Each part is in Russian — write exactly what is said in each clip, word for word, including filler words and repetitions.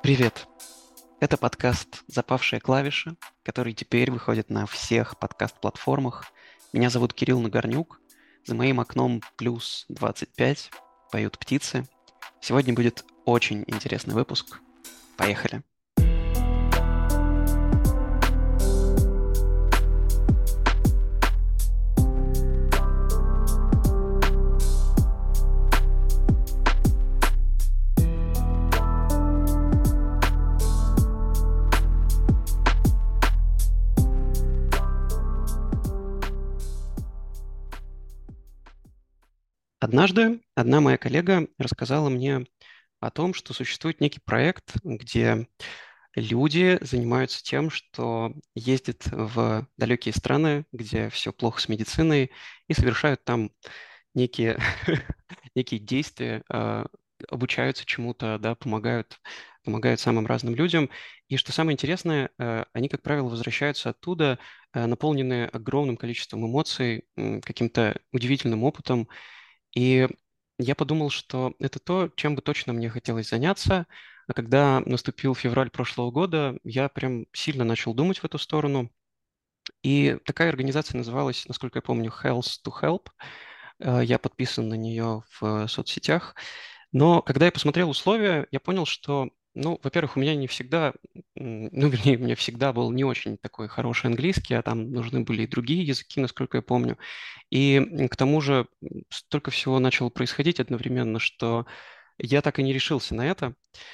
Привет! Это подкаст «Запавшие клавиши», который теперь выходит на всех подкаст-платформах. Меня зовут Кирилл Нагорнюк. За моим окном плюс двадцать пять, поют птицы. Сегодня будет очень интересный выпуск. Поехали! Однажды одна моя коллега рассказала мне о том, что существует некий проект, где люди занимаются тем, что ездят в далекие страны, где все плохо с медициной, и совершают там некие, некие действия, а, обучаются чему-то, да, помогают, помогают самым разным людям. И что самое интересное, э, они, как правило, возвращаются оттуда, э, наполненные огромным количеством эмоций, м, каким-то удивительным опытом. И я подумал, что это то, чем бы точно мне хотелось заняться. А когда наступил февраль прошлого года, я прям сильно начал думать в эту сторону. И такая организация называлась, насколько я помню, Health to Help. Э, Я подписан на нее в соцсетях. Но когда я посмотрел условия, я понял, что, ну, во-первых, у меня не всегда, м, ну, вернее, у меня всегда был не очень такой хороший английский, а там нужны были и другие языки, насколько я помню. И м, к тому же м, столько всего начало происходить одновременно, что я так и не решился на это.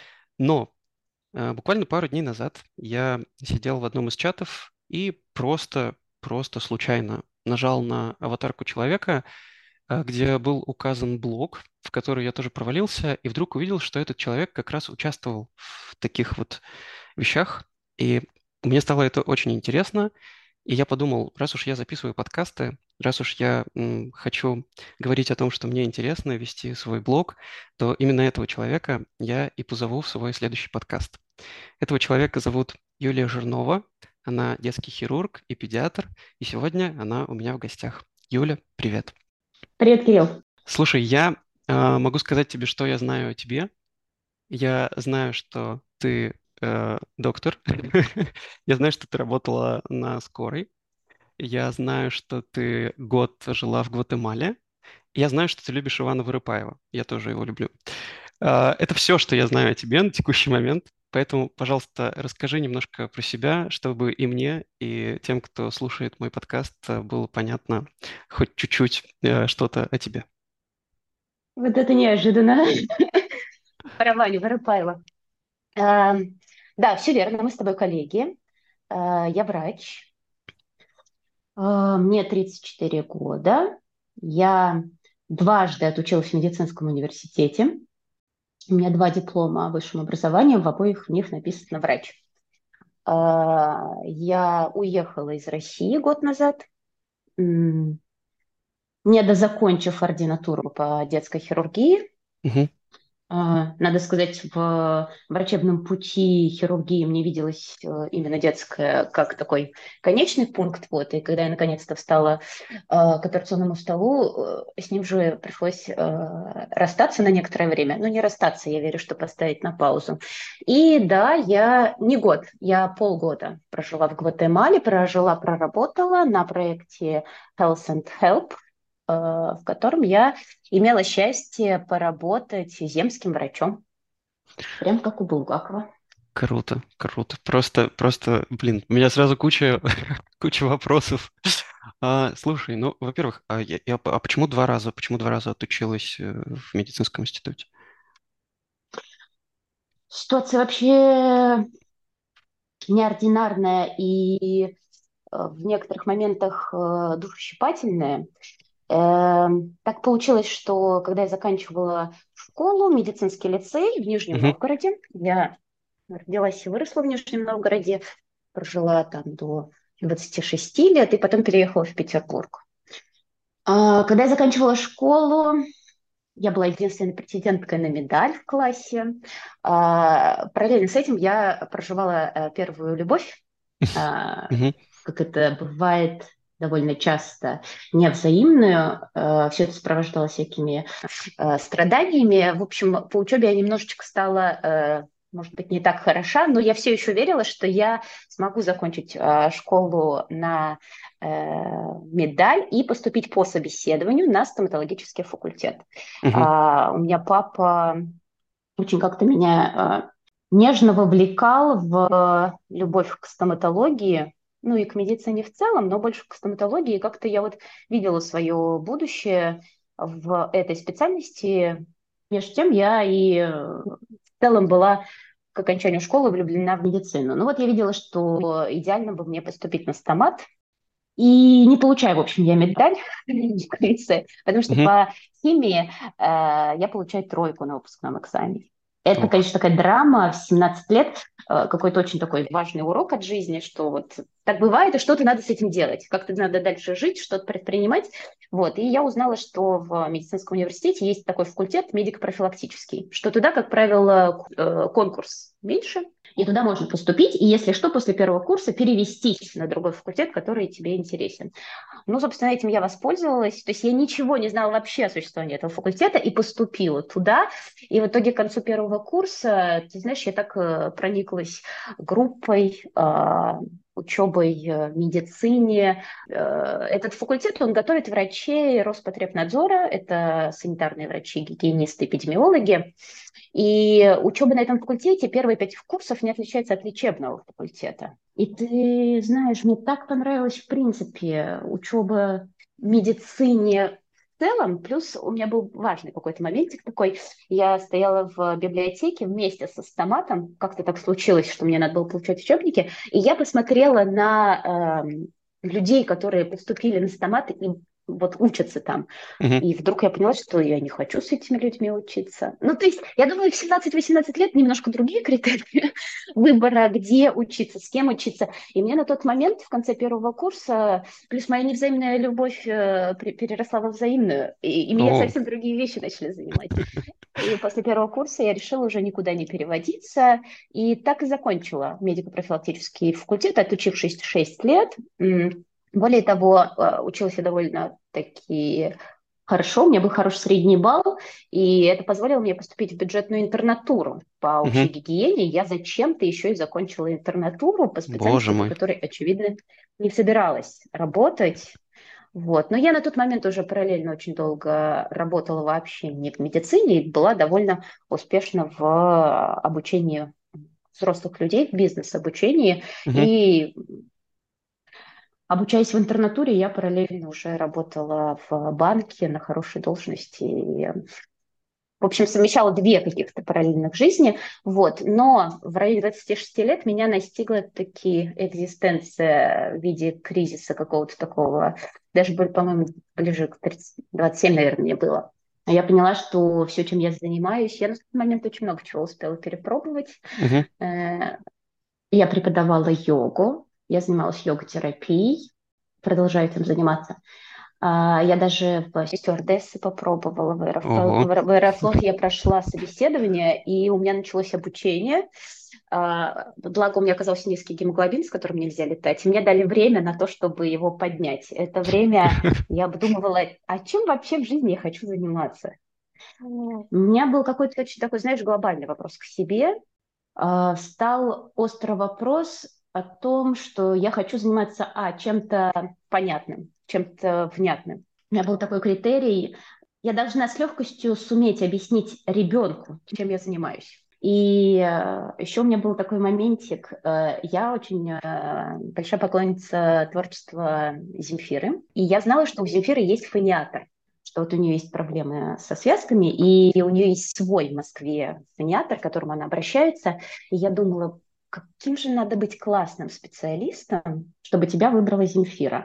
Но э, буквально пару дней назад я сидел в одном из чатов и просто, просто случайно нажал на аватарку человека, а, где был указан блог, в который я тоже провалился, и вдруг увидел, что этот человек как раз участвовал в таких вот вещах, и мне стало это очень интересно, и я подумал, раз уж я записываю подкасты, раз уж я м, хочу говорить о том, что мне интересно, вести свой блог, то именно этого человека я и позову в свой следующий подкаст. Этого человека зовут Юлия Жирнова, она детский хирург и педиатр, и сегодня она у меня в гостях. Юля, привет. Привет, Кирилл. Слушай, я э, могу сказать тебе, что я знаю о тебе. Я знаю, что ты э, доктор. Я знаю, что ты работала на скорой. Я знаю, что ты год жила в Гватемале. Я знаю, что ты любишь Ивана Вырыпаева. Я тоже его люблю. Э, Это все, что я знаю о тебе на текущий момент. Поэтому, пожалуйста, расскажи немножко про себя, чтобы и мне, и тем, кто слушает мой подкаст, э, было понятно хоть чуть-чуть э, что-то о тебе. Вот это неожиданно. Про Ваню Воропаева. А, Да, все верно, мы с тобой коллеги. А, Я врач. А, Мне тридцать четыре года. Я дважды отучилась в медицинском университете. У меня два диплома о высшем образовании, в обоих в них написано врач. А, Я уехала из России год назад, м, не дозакончив ординатуру по детской хирургии. Мгм. А, Надо сказать, в врачебном пути хирургии мне виделась э, именно детская как такой конечный пункт. Вот, и когда я наконец-то встала э, к операционному столу, э, с ним же пришлось э, расстаться на некоторое время. Ну, не расстаться, я верю, что поставить на паузу. И да, я не год, я полгода прожила в Гватемале, прожила, проработала на проекте Health and Help, э, в котором я имела счастье поработать земским врачом, прям как у Булгакова. Круто, круто. Просто, просто, блин, у меня сразу куча, куча вопросов. А, слушай, ну, во-первых, а, я- я- а почему два раза, почему два раза отучилась э, в медицинском институте? Ситуация вообще неординарная и э, в некоторых моментах э, душещипательная. Эм, Так получилось, что когда я заканчивала школу, медицинский лицей в Нижнем Мгм. Новгороде, я родилась и выросла в Нижнем Новгороде, прожила там до двадцати шести лет и потом переехала в Петербург. А, Когда я заканчивала школу, я была единственной претенденткой на медаль в классе. А, Параллельно с этим я проживала э, первую любовь, а, Мгм. как это бывает довольно часто, невзаимную. Все это сопровождалось всякими э, страданиями. В общем, по учебе я немножечко стала э, может быть, не так хороша, но я все еще верила, что я смогу закончить э, школу на э, медаль и поступить по собеседованию на стоматологический факультет. Мгм. А, у меня папа очень как-то меня э, нежно вовлекал в любовь к стоматологии, ну и к медицине в целом, но больше к стоматологии. Как-то я вот видела свое будущее в этой специальности. Между тем я и э, в целом была к окончанию школы влюблена в медицину. Ну вот я видела, что идеально бы мне поступить на стомат, и не получаю, в общем, я медаль, как говорится, потому что Мгм. по химии э, я получаю тройку на выпускном экзамене. Это, Ух. конечно, такая драма в семнадцать лет, э, какой-то очень такой важный урок от жизни, что вот так бывает, и что-то надо с этим делать, как-то надо дальше жить, что-то предпринимать. Вот. И я узнала, что в медицинском университете есть такой факультет медико-профилактический, что туда, как правило, э, конкурс меньше, и туда можно поступить, и если что, после первого курса перевестись на другой факультет, который тебе интересен. Ну, собственно, этим я воспользовалась. То есть я ничего не знала вообще о существовании этого факультета и поступила туда. И в итоге к концу первого курса, ты знаешь, я так э, прониклась группой, э, учебой э, в медицине. Э, этот факультет, он готовит врачей Роспотребнадзора, это санитарные врачи, гигиенисты, эпидемиологи. И учеба на этом факультете первые пять курсов не отличается от лечебного факультета. И ты знаешь, мне так понравилась, в принципе, учеба в медицине в целом. Плюс у меня был важный какой-то моментик такой. Я стояла в библиотеке вместе со стоматом. Как-то так случилось, что мне надо было получать учебники. И я посмотрела на э, людей, которые поступили на стомат и вот учатся там. Мгм. И вдруг я поняла, что я не хочу с этими людьми учиться. Ну, то есть, я думаю, в семнадцать-восемнадцать лет немножко другие критерии выбора, где учиться, с кем учиться. И мне на тот момент, в конце первого курса, плюс моя невзаимная любовь э, пре- переросла во взаимную, и, и меня О. совсем другие вещи начали занимать. И после первого курса я решила уже никуда не переводиться, и так и закончила медико-профилактический факультет, отучившись шесть лет. М, Более того, э, училась я довольно таки хорошо, у меня был хороший средний балл, и это позволило мне поступить в бюджетную интернатуру по общей Мгм. гигиене. Я зачем-то еще и закончила интернатуру по Боже специальности, по мой. которой, очевидно, не собиралась работать. Вот. Но я на тот момент уже параллельно очень долго работала вообще не в медицине и была довольно успешна в обучении взрослых людей, в бизнес-обучении. Мгм. И обучаясь в интернатуре, я параллельно уже работала в банке на хорошей должности. И, в общем, совмещала две каких-то параллельных жизни. Вот. Но в районе двадцати шести лет меня настигла таки экзистенция в виде кризиса какого-то такого. Даже, боль- по-моему, ближе к тридцати, двадцать семь, наверное, мне было. А я поняла, что все, чем я занимаюсь, я на тот момент очень много чего успела перепробовать. Мгм. Э, Я преподавала йогу, я занималась йога-терапией, продолжаю этим заниматься. А, Я даже в стюардессы попробовала, в Аэрофлот, Ого. в Аэро- в Аэрофлот я прошла собеседование, и у меня началось обучение. А, Благо, у меня оказался низкий гемоглобин, с которым нельзя летать, и мне дали время на то, чтобы его поднять. Это время я обдумывала, а чем вообще в жизни я хочу заниматься. У меня был какой-то очень такой, знаешь, глобальный вопрос к себе. А, Стал острый вопрос о том, что я хочу заниматься, а, чем-то понятным, чем-то внятным. У меня был такой критерий, я должна с легкостью суметь объяснить ребенку, чем я занимаюсь. И э, еще у меня был такой моментик, э, я очень э, большая поклонница творчества Земфиры, и я знала, что у Земфиры есть фониатор, что вот у нее есть проблемы со связками, и у нее есть свой в Москве фониатор, к которому она обращается, и я думала, каким же надо быть классным специалистом, чтобы тебя выбрала Земфира.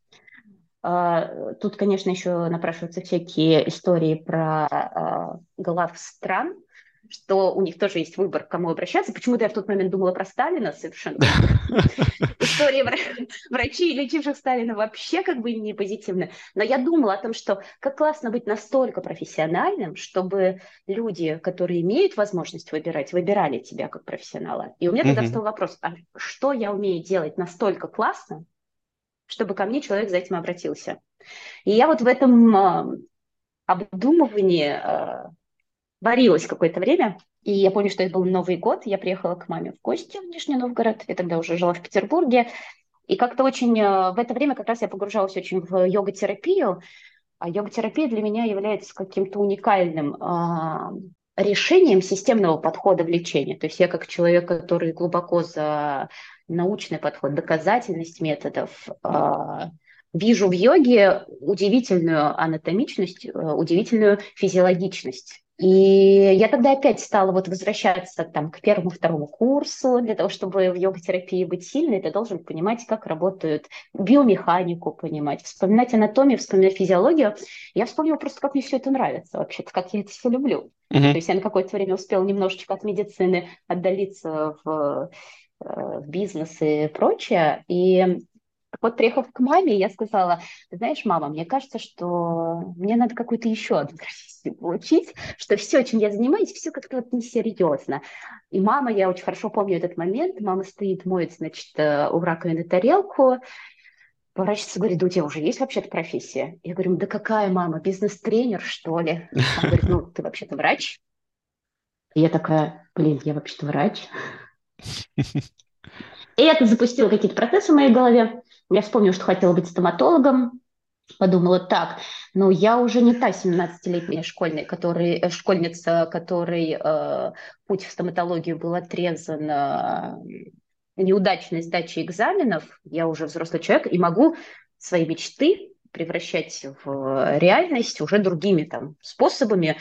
А, Тут, конечно, еще напрашиваются всякие истории про а, глав стран, что у них тоже есть выбор, к кому обращаться. Почему-то я в тот момент думала про Сталина, совершенно как бы история вра- врачей, лечивших Сталина, вообще как бы не позитивная. Но я думала о том, что как классно быть настолько профессиональным, чтобы люди, которые имеют возможность выбирать, выбирали тебя как профессионала. И у меня тогда Мгм. встал вопрос, а что я умею делать настолько классно, чтобы ко мне человек за этим обратился? И я вот в этом э, обдумывании э, варилась какое-то время. И я помню, что это был Новый год. Я приехала к маме в гости в Нижний Новгород. Я тогда уже жила в Петербурге. И как-то очень э, в это время как раз я погружалась очень в йога-терапию. А йога-терапия для меня является каким-то уникальным а, решением системного подхода в лечении. То есть я как человек, который глубоко за научный подход, доказательность методов, а, вижу в йоге удивительную анатомичность, э, удивительную физиологичность. И я тогда опять стала вот возвращаться там, к первому-второму курсу. Для того, чтобы в йога-терапии быть сильной, ты должен понимать, как работают биомеханику, понимать, вспоминать анатомию, вспоминать физиологию. Я вспомнила просто, как мне все это нравится вообще-то, как я это все люблю. То Мгм. есть я на какое-то время успела немножечко от медицины отдалиться в, э, в бизнес и прочее. И вот приехав к маме, я сказала: ты знаешь, мама, мне кажется, что мне надо какую-то еще одну профессию получить, что все, чем я занимаюсь, все как-то вот несерьезно. И мама, я очень хорошо помню этот момент, мама стоит, моет, значит, э, у раковины тарелку, поворачивается, говорит: да у тебя уже есть вообще-то профессия? Я говорю: да какая, мама, бизнес-тренер, что ли? Она говорит: ну, ты вообще-то врач. И я такая: блин, я вообще-то врач. И это запустило какие-то процессы в моей голове. Я вспомнила, что хотела быть стоматологом. Подумала: так, ну я уже не та семнадцатилетняя школьная, который, э, школьница, которой э, путь в стоматологию был отрезан э, неудачной сдачей экзаменов. Я уже взрослый человек и могу свои мечты превращать в реальность уже другими там способами.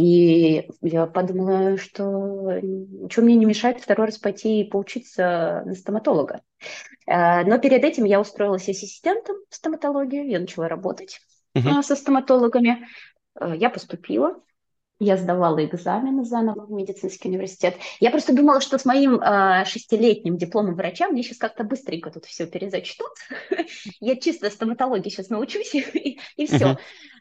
И я подумала, что ничего мне не мешает второй раз пойти и поучиться на стоматолога. Э, Но перед этим я устроилась ассистентом в стоматологию, я начала работать Мгм. э, со стоматологами. Э, Я поступила, я сдавала экзамены заново в медицинский университет. Я просто думала, что с моим э, шестилетним дипломом врача мне сейчас как-то быстренько тут все перезачтут. Я чисто стоматологии сейчас научусь, и, и Мгм. все.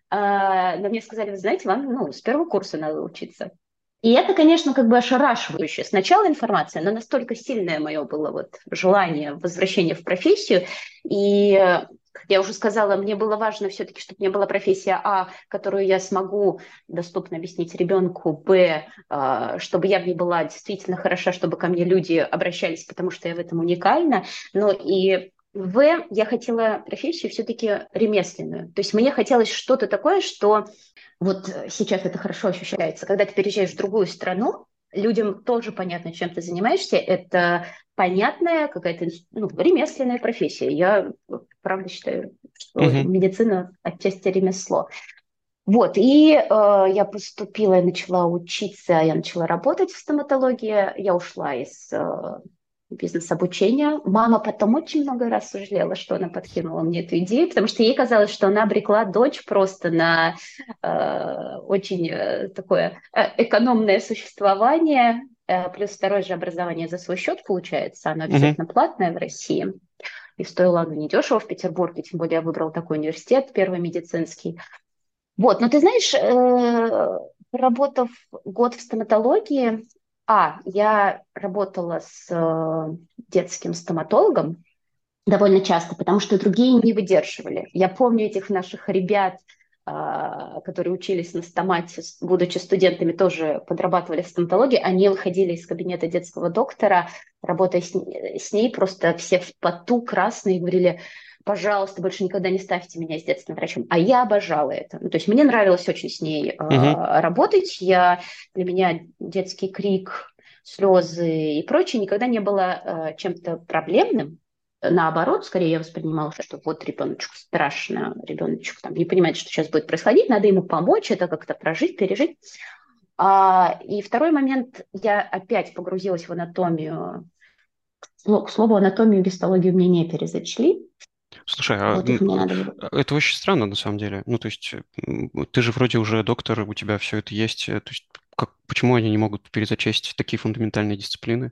А, но мне сказали: вы знаете, вам ну, с первого курса надо учиться. И это, конечно, как бы ошарашивающе. Сначала информация, но настолько сильное мое было вот желание возвращения в профессию. И, э, как я уже сказала, мне было важно все-таки, чтобы у меня была профессия А, которую я смогу доступно объяснить ребенку, Б, э, чтобы я в ней была действительно хороша, чтобы ко мне люди обращались, потому что я в этом уникальна. Но и в, я хотела профессию все-таки ремесленную. То есть мне хотелось что-то такое, что вот сейчас это хорошо ощущается. Когда ты переезжаешь в другую страну, людям тоже понятно, чем ты занимаешься. Это понятная какая-то ну, ремесленная профессия. Я правда считаю, что Мгм. медицина отчасти ремесло. Вот, и э, я поступила, я начала учиться, я начала работать в стоматологии, я ушла из э, бизнес-обучения. Мама потом очень много раз сожалела, что она подкинула мне эту идею, потому что ей казалось, что она обрекла дочь просто на э, очень э, такое э, экономное существование, э, плюс второе же образование за свой счет получается, оно Мгм. обязательно платное в России. И стоило оно недешево в Петербурге, тем более я выбрала такой университет, первый медицинский. Вот, но ты знаешь, э, проработав год в стоматологии, а, я работала с э, детским стоматологом довольно часто, потому что другие не выдерживали. Я помню этих наших ребят, а, которые учились на стомате, с- будучи студентами, тоже подрабатывали в стоматологии. Они выходили из кабинета детского доктора, работая с, н- с ней, просто все в поту, красные, и говорили: пожалуйста, больше никогда не ставьте меня с детским врачом. А я обожала это. Ну, то есть мне нравилось очень с ней Мгм. а, работать. Я, для меня детский крик, слезы и прочее никогда не было а, чем-то проблемным. Наоборот, скорее я воспринимала, что вот ребеночку страшно, ребеночек там не понимает, что сейчас будет происходить, надо ему помочь, это как-то прожить, пережить. А, и второй момент, я опять погрузилась в анатомию. Ну, к слову, анатомию и гистологию мне не перезачли. Слушай, а, Вот их м, мне надо было. э, это очень странно на самом деле. Ну, то есть, м, ты же вроде уже доктор, у тебя все это есть. э, То есть, как, почему они не могут перезачесть такие фундаментальные дисциплины?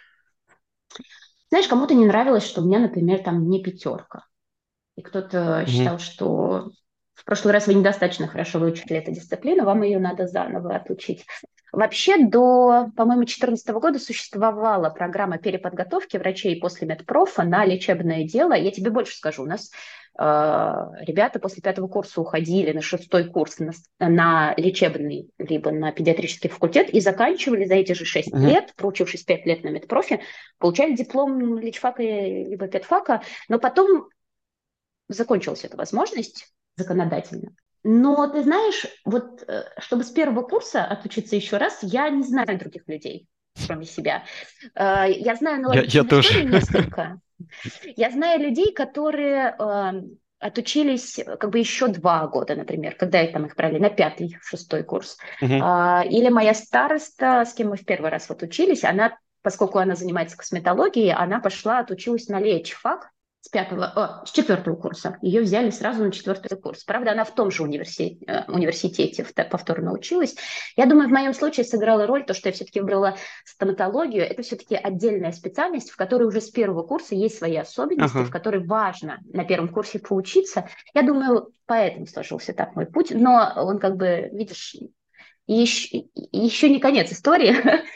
Знаешь, кому-то не нравилось, что у меня, например, там не пятерка. И кто-то Мгм. считал, что в прошлый раз вы недостаточно хорошо выучили эту дисциплину, вам ее надо заново отучить. Вообще до, по-моему, две тысячи четырнадцатого года существовала программа переподготовки врачей после медпрофа на лечебное дело. Я тебе больше скажу, у нас э, ребята после пятого курса уходили на шестой курс на, на лечебный, либо на педиатрический факультет и заканчивали за эти же шесть Мгм. лет, проучившись пять лет на медпрофе, получали диплом личфака либо педфака, но потом закончилась эта возможность законодательно. Но ты знаешь, вот э, чтобы с первого курса отучиться еще раз, я не знаю других людей, кроме себя. Э, Я знаю Я, я аналогичные тоже. истории несколько. Я знаю людей, которые э, отучились э, как бы еще два года, например, когда их там их брали на пятый, шестой курс. Мгм. А, Или моя староста, с кем мы в первый раз вот учились, она, поскольку она занимается косметологией, она пошла, отучилась на лечфак с пятого, о, с четвертого курса. Ее взяли сразу на четвертый курс. Правда, она в том же университете, э, университете повторно училась. Я думаю, в моем случае сыграла роль то, что я все-таки выбрала стоматологию. Это все-таки отдельная специальность, в которой уже с первого курса есть свои особенности, в Ага. которой важно на первом курсе поучиться. Я думаю, поэтому сложился так мой путь. Но он как бы, видишь, еще, еще не конец истории.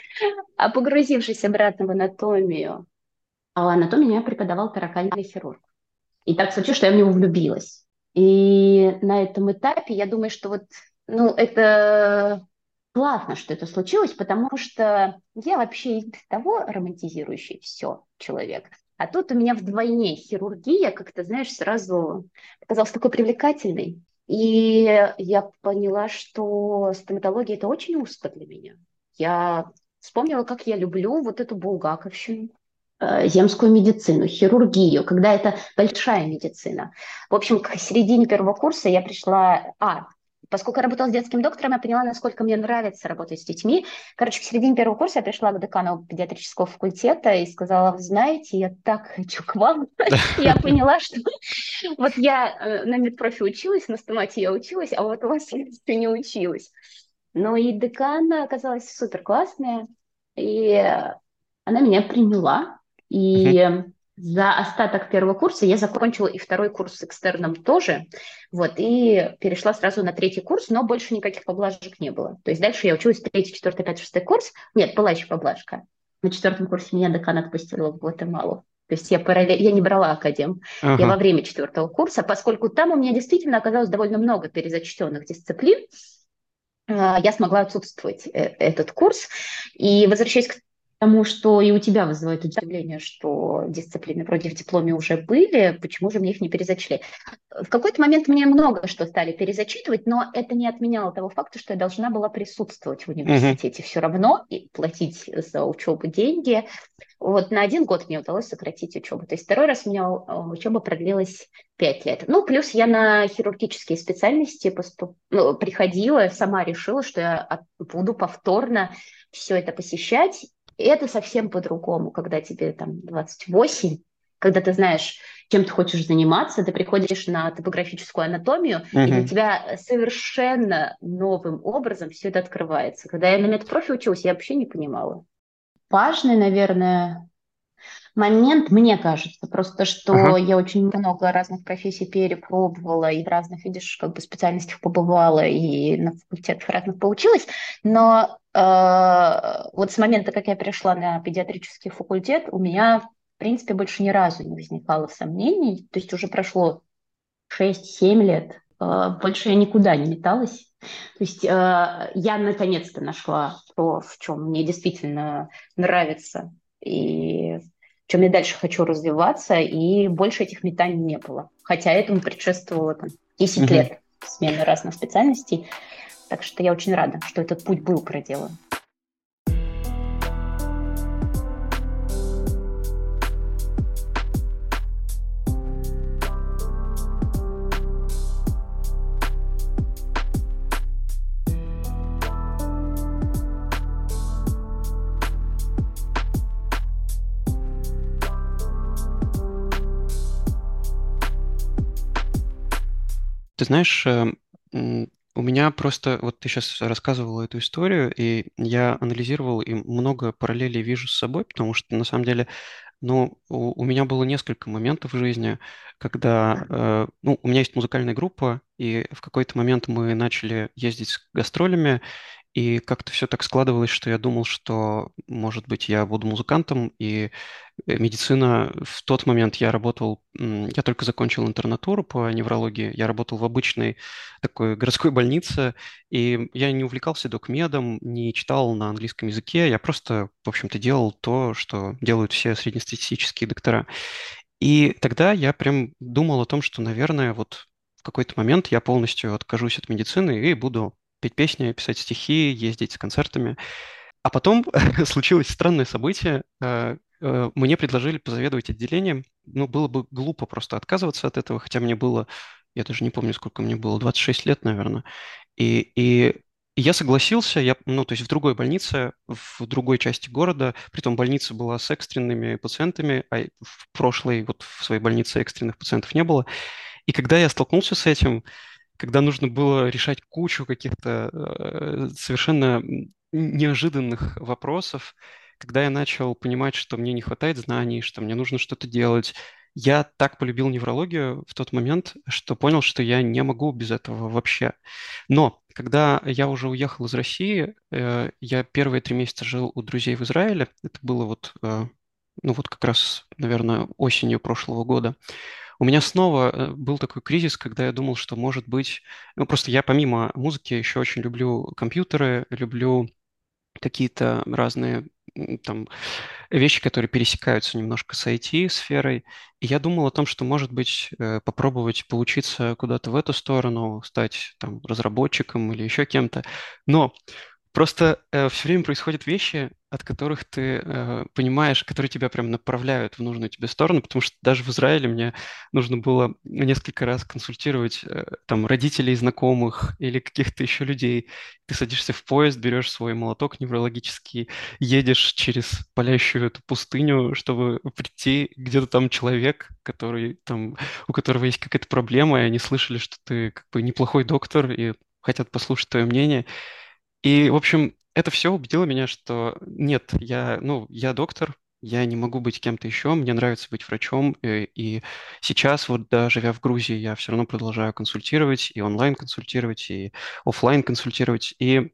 А погрузившись обратно в анатомию, а анатомию меня преподавал торакальный хирург. И так случилось, что я в него влюбилась. И на этом этапе я думаю, что вот, ну, это классно, что это случилось, потому что я вообще и без того романтизирующий все человек. А тут у меня вдвойне хирургия, как ты знаешь, сразу показалась такой привлекательной. И я поняла, что стоматология – это очень узко для меня. Я вспомнила, как я люблю вот эту булгаковщину, э, земскую медицину, хирургию, когда это большая медицина. В общем, к середине первого курса я пришла... А, поскольку я работала с детским доктором, я поняла, насколько мне нравится работать с детьми. Короче, к середине первого курса я пришла к декану педиатрического факультета и сказала: вы знаете, я так хочу к вам. Я поняла, что вот я э, на медпрофи училась, на стомате я училась, а вот у вас я еще не училась. Ну и декан оказалась супер классная, и она меня приняла. Мгм. И за остаток первого курса я закончила и второй курс с экстерном тоже. Вот, и перешла сразу на третий курс, но больше никаких поблажек не было. То есть дальше я училась третий, четвертый, пятый, шестой курс. Нет, была еще поблажка. На четвертом курсе меня декан отпустила в Гватемалу. То есть я, параллель... я не брала академ. Я во Ага. время четвертого курса, поскольку там у меня действительно оказалось довольно много перезачтенных дисциплин, а, я смогла отсутствовать э, этот курс. И возвращаясь к тому, что и у тебя вызывает удивление, что дисциплины вроде в дипломе уже были, почему же мне их не перезачли? В какой-то момент мне много что стали перезачитывать, но это не отменяло того факта, что я должна была присутствовать в Мгм. университете все равно и платить за учебу деньги. Вот на один год мне удалось сократить учебу. То есть второй раз у меня э, учеба продлилась пять лет. Ну, плюс я на хирургические специальности поступ... ну, приходила, сама решила, что я от- буду повторно все это посещать. И это совсем по-другому, когда тебе там двадцать восемь, когда ты знаешь, чем ты хочешь заниматься, ты приходишь на топографическую анатомию, и для Мгм. тебя совершенно новым образом все это открывается. Когда я на медпрофи училась, я вообще не понимала. Важный, наверное, момент, мне кажется, просто что Ага. я очень много разных профессий перепробовала и в разных, видишь, как бы специальностях побывала и на факультетах разных поучилась, но э, вот с момента, как я перешла на педиатрический факультет, у меня, в принципе, больше ни разу не возникало сомнений, то есть уже прошло шесть-семь лет, э, больше я никуда не металась. То есть э, я наконец-то нашла то, в чем мне действительно нравится и в чем я дальше хочу развиваться, и больше этих метаний не было. Хотя этому предшествовало там, десять Мгм. лет смены разных специальностей. Так что я очень рада, что этот путь был проделан. Ты знаешь, э, м, у меня просто, вот ты сейчас рассказывал эту историю, и я анализировал, и много параллелей вижу с собой, потому что на самом деле, ну, у, у меня было несколько моментов в жизни, когда, э, ну, у меня есть музыкальная группа, и в какой-то момент мы начали ездить с гастролями, И как-то все так складывалось, что я думал, что, может быть, я буду музыкантом, и э, медицина в тот момент я работал, м, я только закончил интернатуру по неврологии, я работал в обычной такой городской больнице, и я не увлекался докмедом, не читал на английском языке, я просто, в общем-то, делал то, что делают все среднестатистические доктора. И тогда я прям думал о том, что, наверное, вот в какой-то момент я полностью откажусь от медицины и буду петь песни, писать стихи, ездить с концертами. А потом случилось странное событие. Э, э, Мне предложили позаведовать отделением. Ну, было бы глупо просто отказываться от этого, хотя мне было, я даже не помню, сколько мне было, двадцать шесть лет, наверное. И, и и я согласился, я, ну, то есть в другой больнице, в другой части города, притом больница была с экстренными пациентами, а в прошлой, вот в своей больнице экстренных пациентов не было. И когда я столкнулся с этим, когда нужно было решать кучу каких-то э, совершенно м, неожиданных вопросов, когда я начал понимать, что мне не хватает знаний, что мне нужно что-то делать, я так полюбил неврологию в тот момент, что понял, что я не могу без этого вообще. Но когда я уже уехал из России, э, я первые три месяца жил у друзей в Израиле. Это было вот, э, ну вот как раз, наверное, осенью прошлого года. У меня снова э, был такой кризис, когда я думал, что, может быть, ну, просто я помимо музыки еще очень люблю компьютеры, люблю какие-то разные м, там вещи, которые пересекаются немножко с ай ти-сферой. И я думал о том, что, может быть, э, попробовать поучиться куда-то в эту сторону, стать там разработчиком или еще кем-то. Но просто все время происходят вещи, от которых ты э, понимаешь, которые тебя прям направляют в нужную тебе сторону, потому что даже в Израиле мне нужно было несколько раз консультировать э, там родителей, знакомых или каких-то еще людей. Ты садишься в поезд, берешь свой молоток неврологический, едешь через палящую эту пустыню, чтобы прийти, где-то там человек, который там, у которого есть какая-то проблема, и они слышали, что ты как бы неплохой доктор и хотят послушать твое мнение. И, в общем, это все убедило меня, что нет, я, ну, я доктор, я не могу быть кем-то еще, мне нравится быть врачом, э, и сейчас, вот да, живя в Грузии, я все равно продолжаю консультировать, и онлайн консультировать, и оффлайн консультировать, и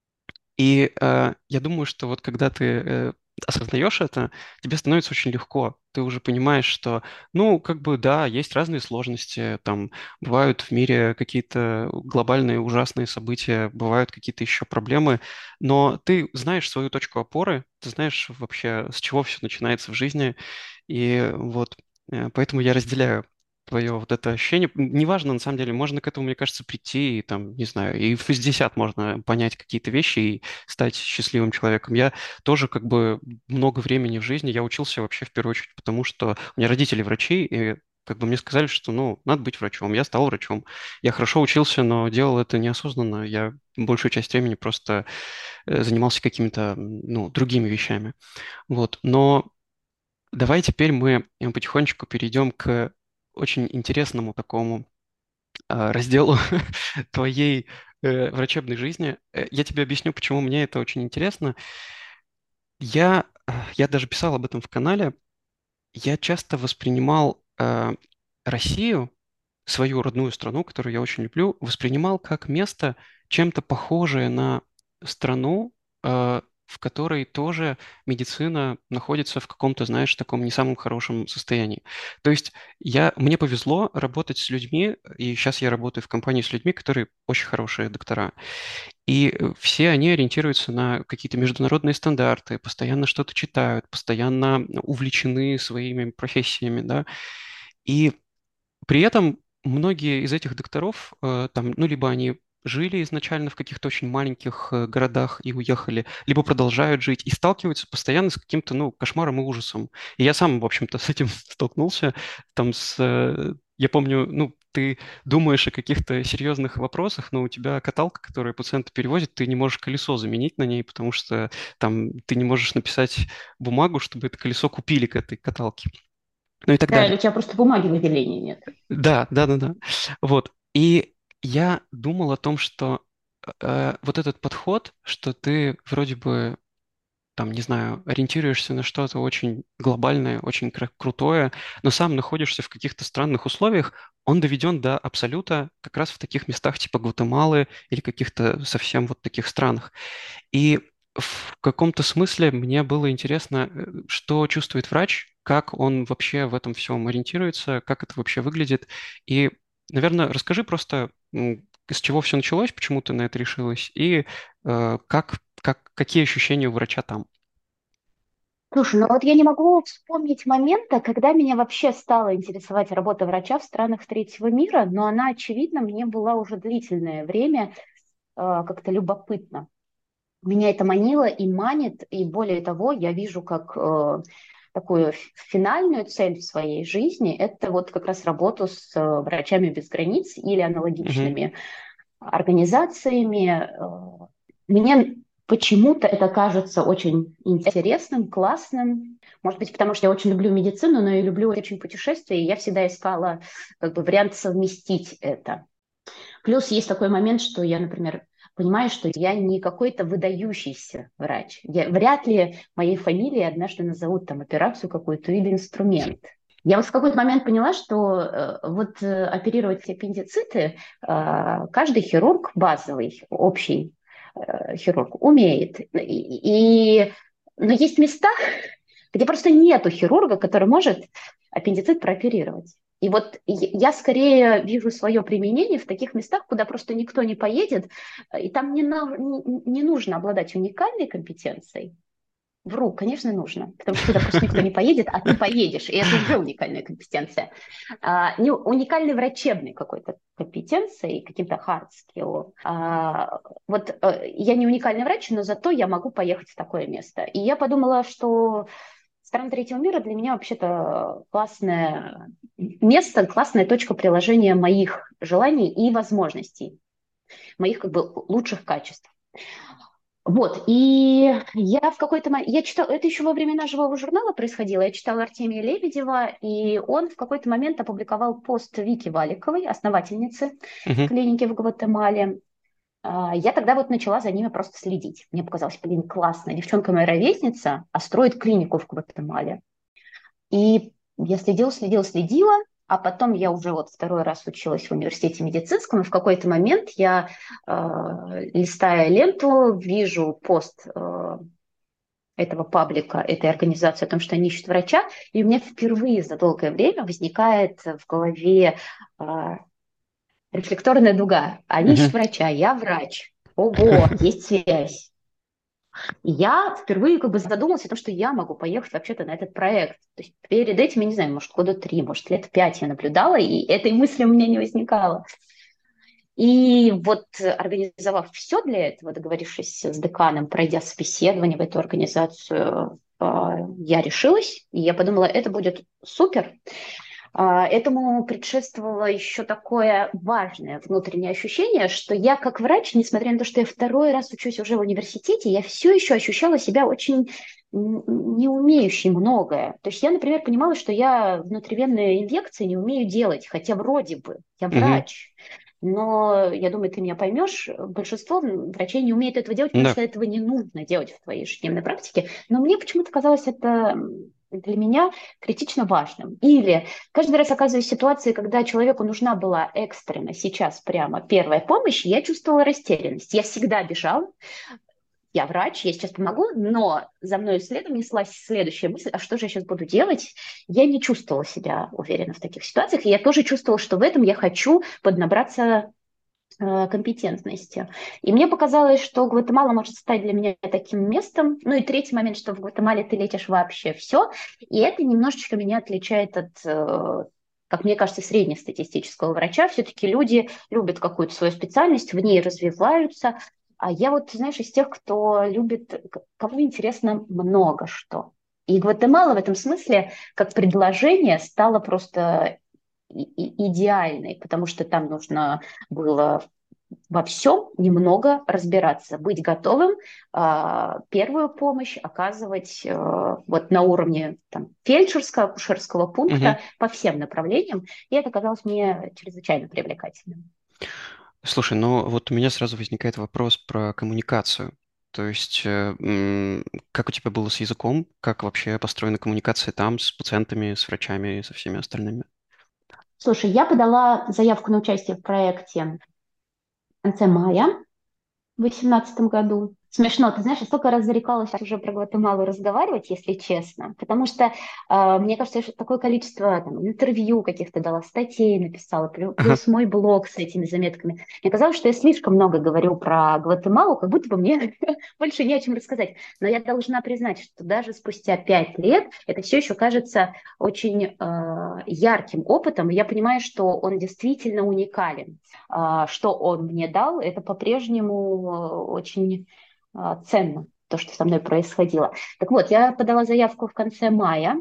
и э, я думаю, что вот когда ты э, осознаешь это, тебе становится очень легко. Ты уже понимаешь, что, ну, как бы, да, есть разные сложности, там, бывают в мире какие-то глобальные ужасные события, бывают какие-то еще проблемы, но ты знаешь свою точку опоры, ты знаешь вообще, с чего все начинается в жизни, и вот э, поэтому я разделяю твое вот это ощущение. М, Неважно, на самом деле, можно к этому, мне кажется, прийти, и там, не знаю, и в шестьдесят можно понять какие-то вещи и стать счастливым человеком. Я тоже как бы много времени в жизни, я учился вообще в первую очередь, потому что у меня родители врачи, и как бы мне сказали, что, ну, надо быть врачом. Я стал врачом. Я хорошо учился, но делал это неосознанно. Я большую часть времени просто э, занимался какими-то, м, ну, другими вещами. Вот. Но давай теперь мы э, потихонечку перейдем к очень интересному такому а, разделу твоей э, врачебной жизни. Э, Я тебе объясню, почему мне это очень интересно. Я, э, я даже писал об этом в канале. Я часто воспринимал э, Россию, свою родную страну, которую я очень люблю, воспринимал как место чем-то похожее на страну, э, в которой тоже медицина находится в каком-то, знаешь, таком не самом хорошем состоянии. То есть я, мне повезло работать с людьми, и сейчас я работаю в компании с людьми, которые очень хорошие доктора. И э, все они ориентируются на какие-то международные стандарты, постоянно что-то читают, постоянно увлечены своими профессиями, да. И при этом многие из этих докторов, э, там, ну, либо они жили изначально в каких-то очень маленьких э, городах и уехали, либо продолжают жить и сталкиваются постоянно с каким-то, ну, кошмаром и ужасом. И я сам, в общем-то, с этим столкнулся. Там с, э, я помню, ну, ты думаешь о каких-то серьезных вопросах, но у тебя каталка, которую пациента перевозит, ты не можешь колесо заменить на ней, потому что там ты не можешь написать бумагу, чтобы это колесо купили к этой каталке. Ну и так Да, или далее. у тебя просто бумаги в отделении нет. Да, да, да, да. Вот. И я думал о том, что э, вот этот подход, что ты вроде бы там, не знаю, ориентируешься на что-то очень глобальное, очень кра- крутое, но сам находишься в каких-то странных условиях, он доведен до абсолюта как раз в таких местах типа Гватемалы или каких-то совсем вот таких странах. И в каком-то смысле мне было интересно, э, что чувствует врач, как он вообще в этом всем ориентируется, как это вообще выглядит. И, наверное, расскажи просто, м, с чего все началось, почему ты на это решилась, и э, как, как, какие ощущения у врача там. Слушай, ну вот я не могу вспомнить момента, когда меня вообще стала интересовать работа врача в странах третьего мира, но она, очевидно, мне была уже длительное время э, как-то любопытна. Меня это манило и манит, и более того, я вижу как э, такую ф- финальную цель в своей жизни, это вот как раз работу с э, врачами без границ или Мгм. аналогичными организациями. Э, Мне почему-то это кажется очень интересным, классным. Может быть, потому что я очень люблю медицину, но и люблю очень путешествия, и я всегда искала как бы вариант совместить это. Плюс есть такой момент, что я, например, понимаю, что я не какой-то выдающийся врач. Я, вряд ли моей фамилией однажды назовут там операцию какую-то или инструмент. Я вот в какой-то момент поняла, что э, вот э, оперировать аппендициты э, каждый хирург базовый, общий э, хирург умеет. И, и- но есть места, где просто нету хирурга, который может аппендицит прооперировать. И вот я скорее вижу свое применение в таких местах, куда просто никто не поедет, и там не, на, не, не нужно обладать уникальной компетенцией. Вру, конечно, нужно, потому что туда просто никто не поедет, а ты поедешь, и это уже уникальная компетенция. А, не уникальной врачебной какой-то компетенцией, каким-то hard skill. А, вот а, я не уникальный врач, но зато я могу поехать в такое место. И я подумала, что страны третьего мира для меня вообще-то классное место, классная точка приложения моих желаний и возможностей, моих как бы лучших качеств. Вот, и я в какой-то момент, я читала, это еще во времена живого журнала происходило, я читала Артемия Лебедева, и он в какой-то момент опубликовал пост Вики Валиковой, основательницы Мгм. клиники в Гватемале. А, Я тогда вот начала за ними просто следить. Мне показалось, блин, классно, девчонка моя ровесница, а строит клинику в Гватемале. И я следила, следила, следила, а потом я уже вот второй раз училась в университете медицинском, и в какой-то момент я, э, листая ленту, вижу пост э, этого паблика, этой организации о том, что они ищут врача, и у меня впервые за долгое время возникает в голове э, рефлекторная дуга. Они ищут Мгм. врача, я врач. Ого, есть связь. И я впервые как бы задумалась о том, что я могу поехать вообще-то на этот проект. То есть перед этим, я не знаю, может, года три, может, лет пять я наблюдала, и этой мысли у меня не возникало. И вот э, организовав все для этого, договорившись с деканом, пройдя собеседование в эту организацию, э, я решилась, и я подумала, это будет супер. А, Этому предшествовало еще такое важное внутреннее ощущение, что я как врач, несмотря на то, что я второй раз учусь уже в университете, я все еще ощущала себя очень м, не умеющей многое. То есть я, например, понимала, что я внутривенные инъекции не умею делать, хотя вроде бы я Мгм. врач. Но я думаю, ты меня поймешь, большинство врачей не умеет этого делать, потому Да. что этого не нужно делать в твоей ежедневной практике. Но мне почему-то казалось это для меня критично важным. Или каждый раз оказываюсь в ситуации, когда человеку нужна была экстренно, сейчас прямо первая помощь, я чувствовала растерянность. Я всегда бежала, я врач, я сейчас помогу, но за мной следом неслась следующая мысль, а что же я сейчас буду делать? Я не чувствовала себя уверенно в таких ситуациях, и я тоже чувствовала, что в этом я хочу поднабраться э, компетентности. И мне показалось, что Гватемала может стать для меня таким местом. Ну и третий момент, что в Гватемале ты летишь вообще все, и это немножечко меня отличает от, э, как мне кажется, среднестатистического врача. Все-таки люди любят какую-то свою специальность, в ней развиваются. А я вот, знаешь, из тех, кто любит, к- кому интересно много что. И Гватемала в этом смысле, как предложение, стала просто и- и- идеальной, потому что там нужно было во всем немного разбираться, быть готовым а, первую помощь оказывать а, вот на уровне там, фельдшерского, акушерского Мгм. пункта по всем направлениям, и это казалось мне чрезвычайно привлекательным. Слушай, ну вот у меня сразу возникает вопрос про коммуникацию. То есть, э, м, как у тебя было с языком? Как вообще построена коммуникация там с пациентами, с врачами и со всеми остальными? Слушай, я подала заявку на участие в проекте в конце мая. В восемнадцатом году. Смешно, ты знаешь, я столько раз зарекалась уже про Гватемалу разговаривать, если честно, потому что э, мне кажется, я что такое количество там, интервью каких-то дала, статей написала, плю- Ага. плюс мой блог с этими заметками. Мне казалось, что я слишком много говорю про Гватемалу, как будто бы мне больше не о чем рассказать. Но я должна признать, что даже спустя пять лет это все еще кажется очень э, ярким опытом, и я понимаю, что он действительно уникален. А, что он мне дал, это по-прежнему э, очень а, ценно, то, что со мной происходило. Так вот, я подала заявку в конце мая.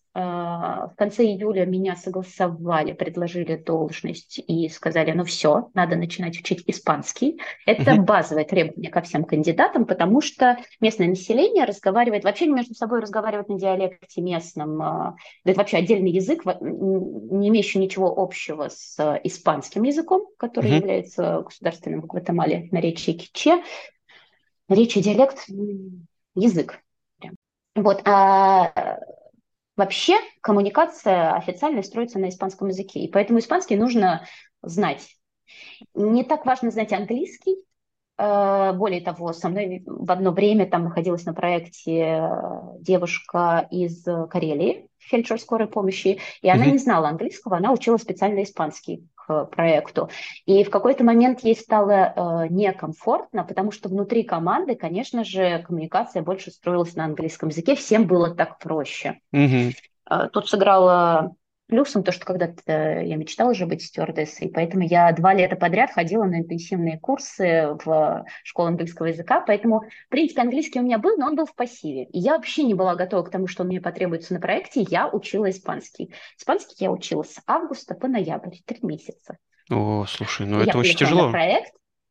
А, В конце июля меня согласовали, предложили должность и сказали, ну все, надо начинать учить испанский. Это Мгм. базовое требование ко всем кандидатам, потому что местное население разговаривает, вообще между собой разговаривает на диалекте местном. а, Это вообще отдельный язык, во- н- не имеющий ничего общего с э, испанским языком, который Мгм. является государственным в Гватемале, наречие киче. Наречие диалект м, язык. Прям. Вот. А вообще коммуникация официально строится на испанском языке, и поэтому испанский нужно знать. Не так важно знать английский. Э, Более того, со мной в одно время там находилась на проекте э, девушка из э, Карелии, фельдшер скорой помощи, и она Мгм. не знала английского, она учила специально испанский к проекту. И в какой-то момент ей стало э, некомфортно, потому что внутри команды, конечно же, коммуникация больше строилась на английском языке, всем было так проще. Мгм. А, Тут сыграло плюсом то, что когда-то я мечтала уже быть стюардессой, поэтому я два лета подряд ходила на интенсивные курсы в школу английского языка, поэтому, в принципе, английский у меня был, но он был в пассиве. И я вообще не была готова к тому, что мне потребуется на проекте, я учила испанский. Испанский я учила с августа по ноябрь, три месяца. О, слушай, ну И я это очень приехала на тяжело. проект,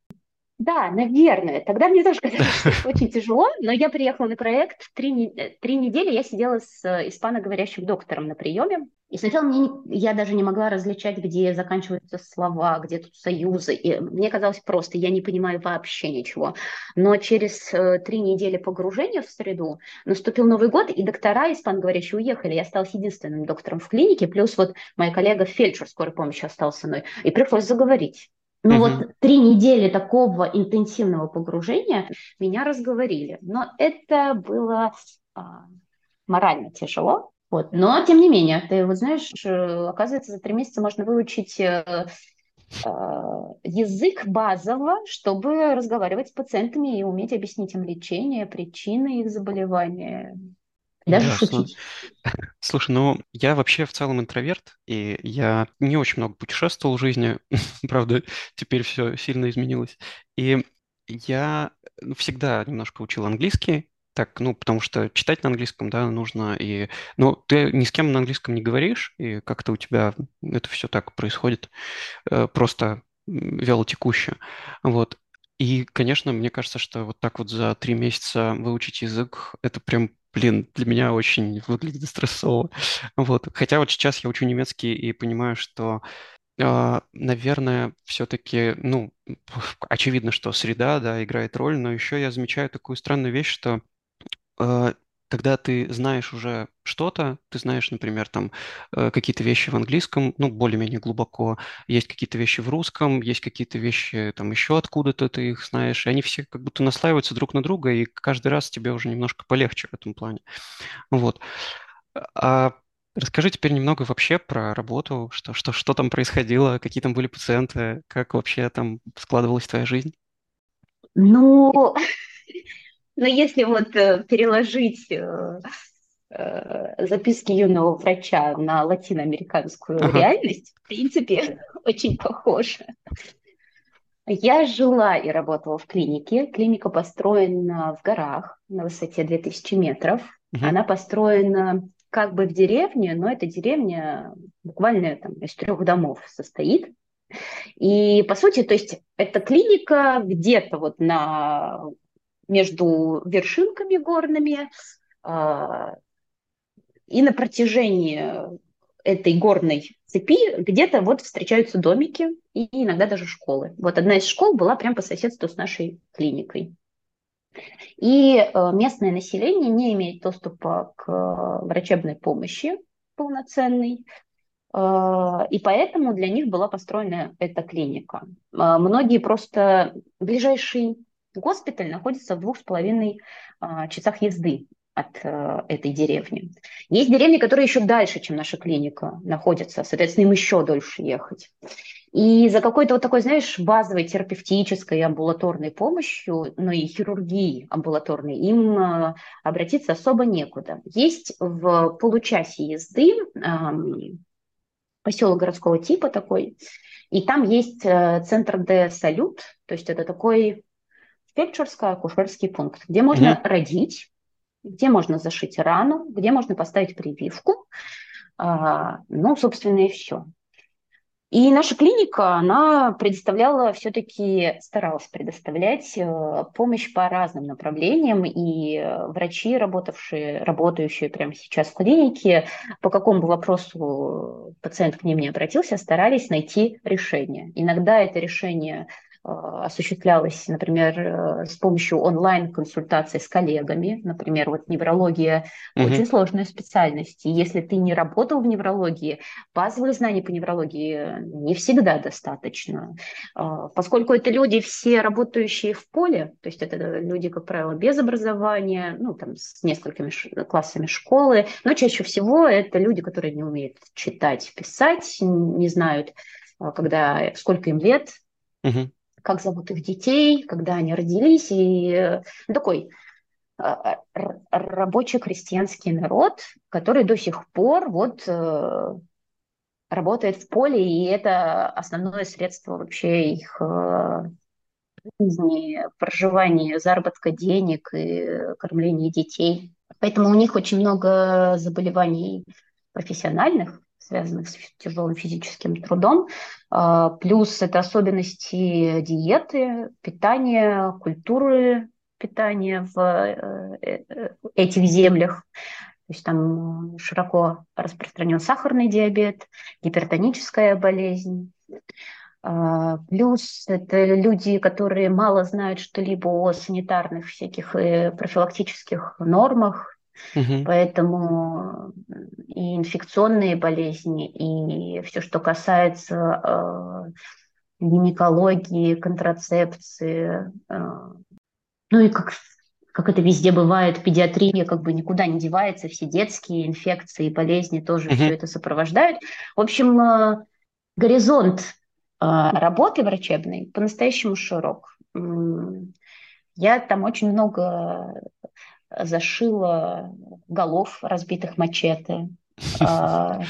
да, наверное. Тогда мне тоже казалось, что это очень тяжело, но я приехала на проект, три, не- э, три недели я сидела с э, испаноговорящим доктором на приеме, и сначала мне, не- я даже не могла различать, где заканчиваются слова, где тут союзы, и мне казалось просто, я не понимаю вообще ничего. Но через э, три недели погружения в среду наступил Новый год, и доктора испаноговорящие уехали, я осталась единственным доктором в клинике, плюс вот моя коллега фельдшер скорой помощи остался со мной, и пришлось заговорить. Ну Мгм. вот три недели такого интенсивного погружения меня разговорили. Но это было а, морально тяжело. Вот. Но тем не менее, ты вот знаешь, э, оказывается, за три месяца можно выучить э, э, язык базово, чтобы разговаривать с пациентами и уметь объяснить им лечение, причины их заболевания, даже Ясно. шутить. Слушай, ну я вообще в целом интроверт, и я не очень много путешествовал в жизни. Правда, теперь все сильно изменилось. И я всегда немножко учил английский, так, ну, потому что читать на английском, да, нужно, и, ну, ты ни с кем на английском не говоришь, и как-то у тебя это все так происходит, э, просто м, вялотекуще. Вот. И, конечно, мне кажется, что вот так вот за три месяца выучить язык, это прям, блин, для меня очень выглядит стрессово. Вот. Хотя вот сейчас я учу немецкий и понимаю, что, э, наверное, все-таки, ну, очевидно, что среда, да, играет роль, но еще я замечаю такую странную вещь, что э, когда ты знаешь уже что-то, ты знаешь, например, там э, какие-то вещи в английском, ну, более-менее глубоко, есть какие-то вещи в русском, есть какие-то вещи там еще откуда-то ты их знаешь, и они все как будто наслаиваются друг на друга, и каждый раз тебе уже немножко полегче в этом плане. Вот. А расскажи теперь немного вообще про работу, что, что, что там происходило, какие там были пациенты, как вообще там складывалась твоя жизнь. Ну, но если вот э, переложить э, э, записки юного врача на латиноамериканскую Ага. реальность, в принципе, очень похоже. Я жила и работала в клинике. Клиника построена в горах на высоте две тысячи метров. Мгм. Она построена как бы в деревне, но эта деревня буквально там, из трех домов состоит. И по сути, то есть это клиника где-то вот на между вершинками горными, а, и на протяжении этой горной цепи где-то вот встречаются домики и иногда даже школы. Вот одна из школ была прямо по соседству с нашей клиникой. И э, местное население не имеет доступа к э, врачебной помощи полноценной, э, и поэтому для них была построена эта клиника. Э, Многие просто... Ближайший госпиталь находится в двух с половиной э, часах езды от э, этой деревни. Есть деревни, которые еще дальше, чем наша клиника, находятся, соответственно, им еще дольше ехать. И за какой-то вот такой, знаешь, базовой терапевтической амбулаторной помощью, ну и хирургии амбулаторной, им э, обратиться особо некуда. Есть в получасе езды эм, поселок городского типа такой, и там есть э, центр де Салют, то есть это такой фельдшерско-акушерский пункт, где Мгм. можно родить, где можно зашить рану, где можно поставить прививку, а, ну, собственно, и все. И наша клиника, она предоставляла, все-таки старалась предоставлять э, помощь по разным направлениям, и э, врачи, работавшие, работающие прямо сейчас в клинике, по какому бы вопросу пациент к ним не обратился, старались найти решение. Иногда это решение э, осуществлялось, например, э, с помощью онлайн-консультаций с коллегами. Например, вот неврология Мгм. очень сложная специальность, и если ты не работал в неврологии, базовых знаний по неврологии не всегда достаточно, А, поскольку это люди все работающие в поле, то есть это люди, как правило, без образования, ну, там, с несколькими ш- классами школы, но чаще всего это люди, которые не умеют читать, писать, не знают, а, когда, сколько им лет, Мгм. как зовут их детей, когда они родились, и э, ну, такой а, р- рабочий крестьянский народ, который до сих пор вот э, работает в поле, и это основное средство вообще их э, жизни, проживания, заработка денег и кормления детей. Поэтому у них очень много заболеваний профессиональных, связанных с тяжелым физическим трудом. А, Плюс это особенности диеты, питания, культуры питания в э, э, этих землях. То есть там широко распространен сахарный диабет, гипертоническая болезнь. А, Плюс это люди, которые мало знают что-либо о санитарных всяких э, профилактических нормах, Мгм. поэтому и инфекционные болезни, и все, что касается э, гинекологии, контрацепции, э, ну и как, как это везде бывает, педиатрия как бы никуда не девается, все детские инфекции, болезни тоже все Мгм. это сопровождают. В общем, э, горизонт э, работы врачебной по-настоящему широк. М, Я там очень много зашила голов, разбитых мачете. А,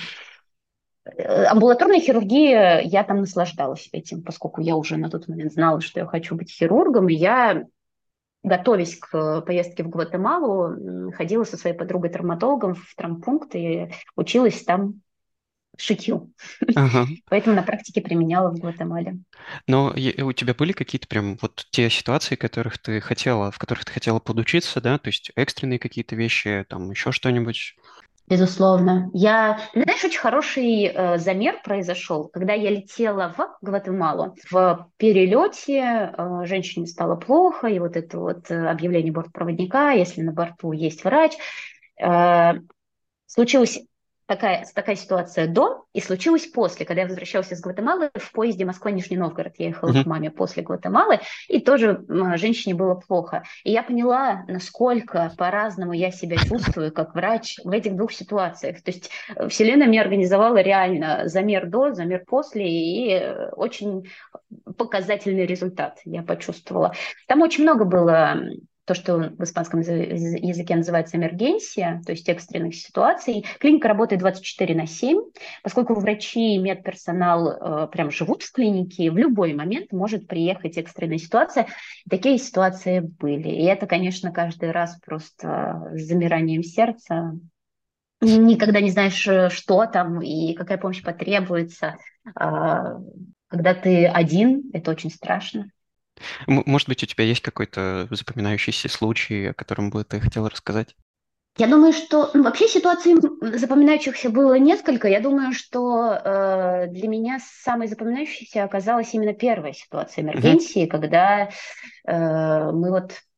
э, Амбулаторная хирургия, я там наслаждалась этим, поскольку я уже на тот момент знала, что я хочу быть хирургом, и я, готовясь к поездке в Гватемалу, м, ходила со своей подругой-травматологом в травмпункт и училась там шитью. Ага. Поэтому на практике применяла в Гватемале. Но е- у тебя были какие-то прям вот те ситуации, которых ты хотела, в которых ты хотела подучиться, да? То есть экстренные какие-то вещи, там еще что-нибудь? Безусловно. Я, знаешь, очень хороший э, замер произошел, когда я летела в Гватемалу. В перелете э, женщине стало плохо, и вот это вот э, объявление бортпроводника, если на борту есть врач, э, случилась такая, такая ситуация до и случилась после, когда я возвращалась из Гватемалы в поезде Москва-Нижний Новгород. Я ехала к Мгм. маме после Гватемалы, и тоже м, женщине было плохо. И я поняла, насколько по-разному я себя чувствую как врач в этих двух ситуациях. То есть э, Вселенная мне организовала реально замер до, замер после, и э, очень показательный результат я почувствовала. Там очень много было то, что в испанском языке называется эмергенция, то есть экстренных ситуаций. Клиника работает двадцать четыре на семь, поскольку врачи и медперсонал э, прям живут в клинике, в любой момент может приехать экстренная ситуация. Такие ситуации были. И это, конечно, каждый раз просто с замиранием сердца. Никогда не знаешь, э, что там и какая помощь потребуется. А, Когда ты один, это очень страшно. М- Может быть, у тебя есть какой-то запоминающийся случай, о котором бы ты хотела рассказать? Я думаю, что ну, вообще ситуаций запоминающихся было несколько. Я думаю, что э, для меня самой запоминающейся оказалась именно первая ситуация Мгм. эмергенции, когда э, мы вот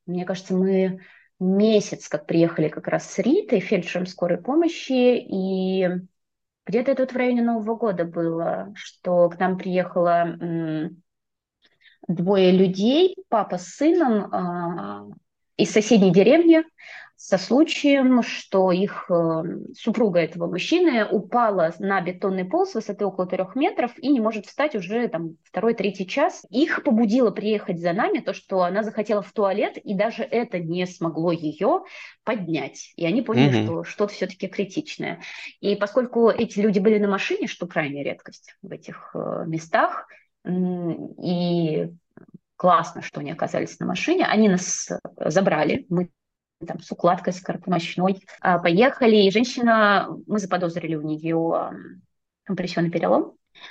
Мне кажется, мы месяц как приехали как раз с Ритой, фельдшером скорой помощи, и где-то это вот в районе Нового года было, что к нам приехало м, двое людей, папа с сыном, а, из соседней деревни, со случаем, что их э, супруга этого мужчины упала на бетонный пол с высоты около трех метров и не может встать уже там второй-третий час. Их побудило приехать за нами то, что она захотела в туалет, и даже это не смогло ее поднять. И они поняли, Мгм. что что-то все-таки критичное. И поскольку эти люди были на машине, что крайняя редкость в этих э, местах, м, и классно, что они оказались на машине. Они нас э, забрали, мы там с укладкой, с скоростной, а, поехали, и женщина, мы заподозрили у нее компрессионный перелом,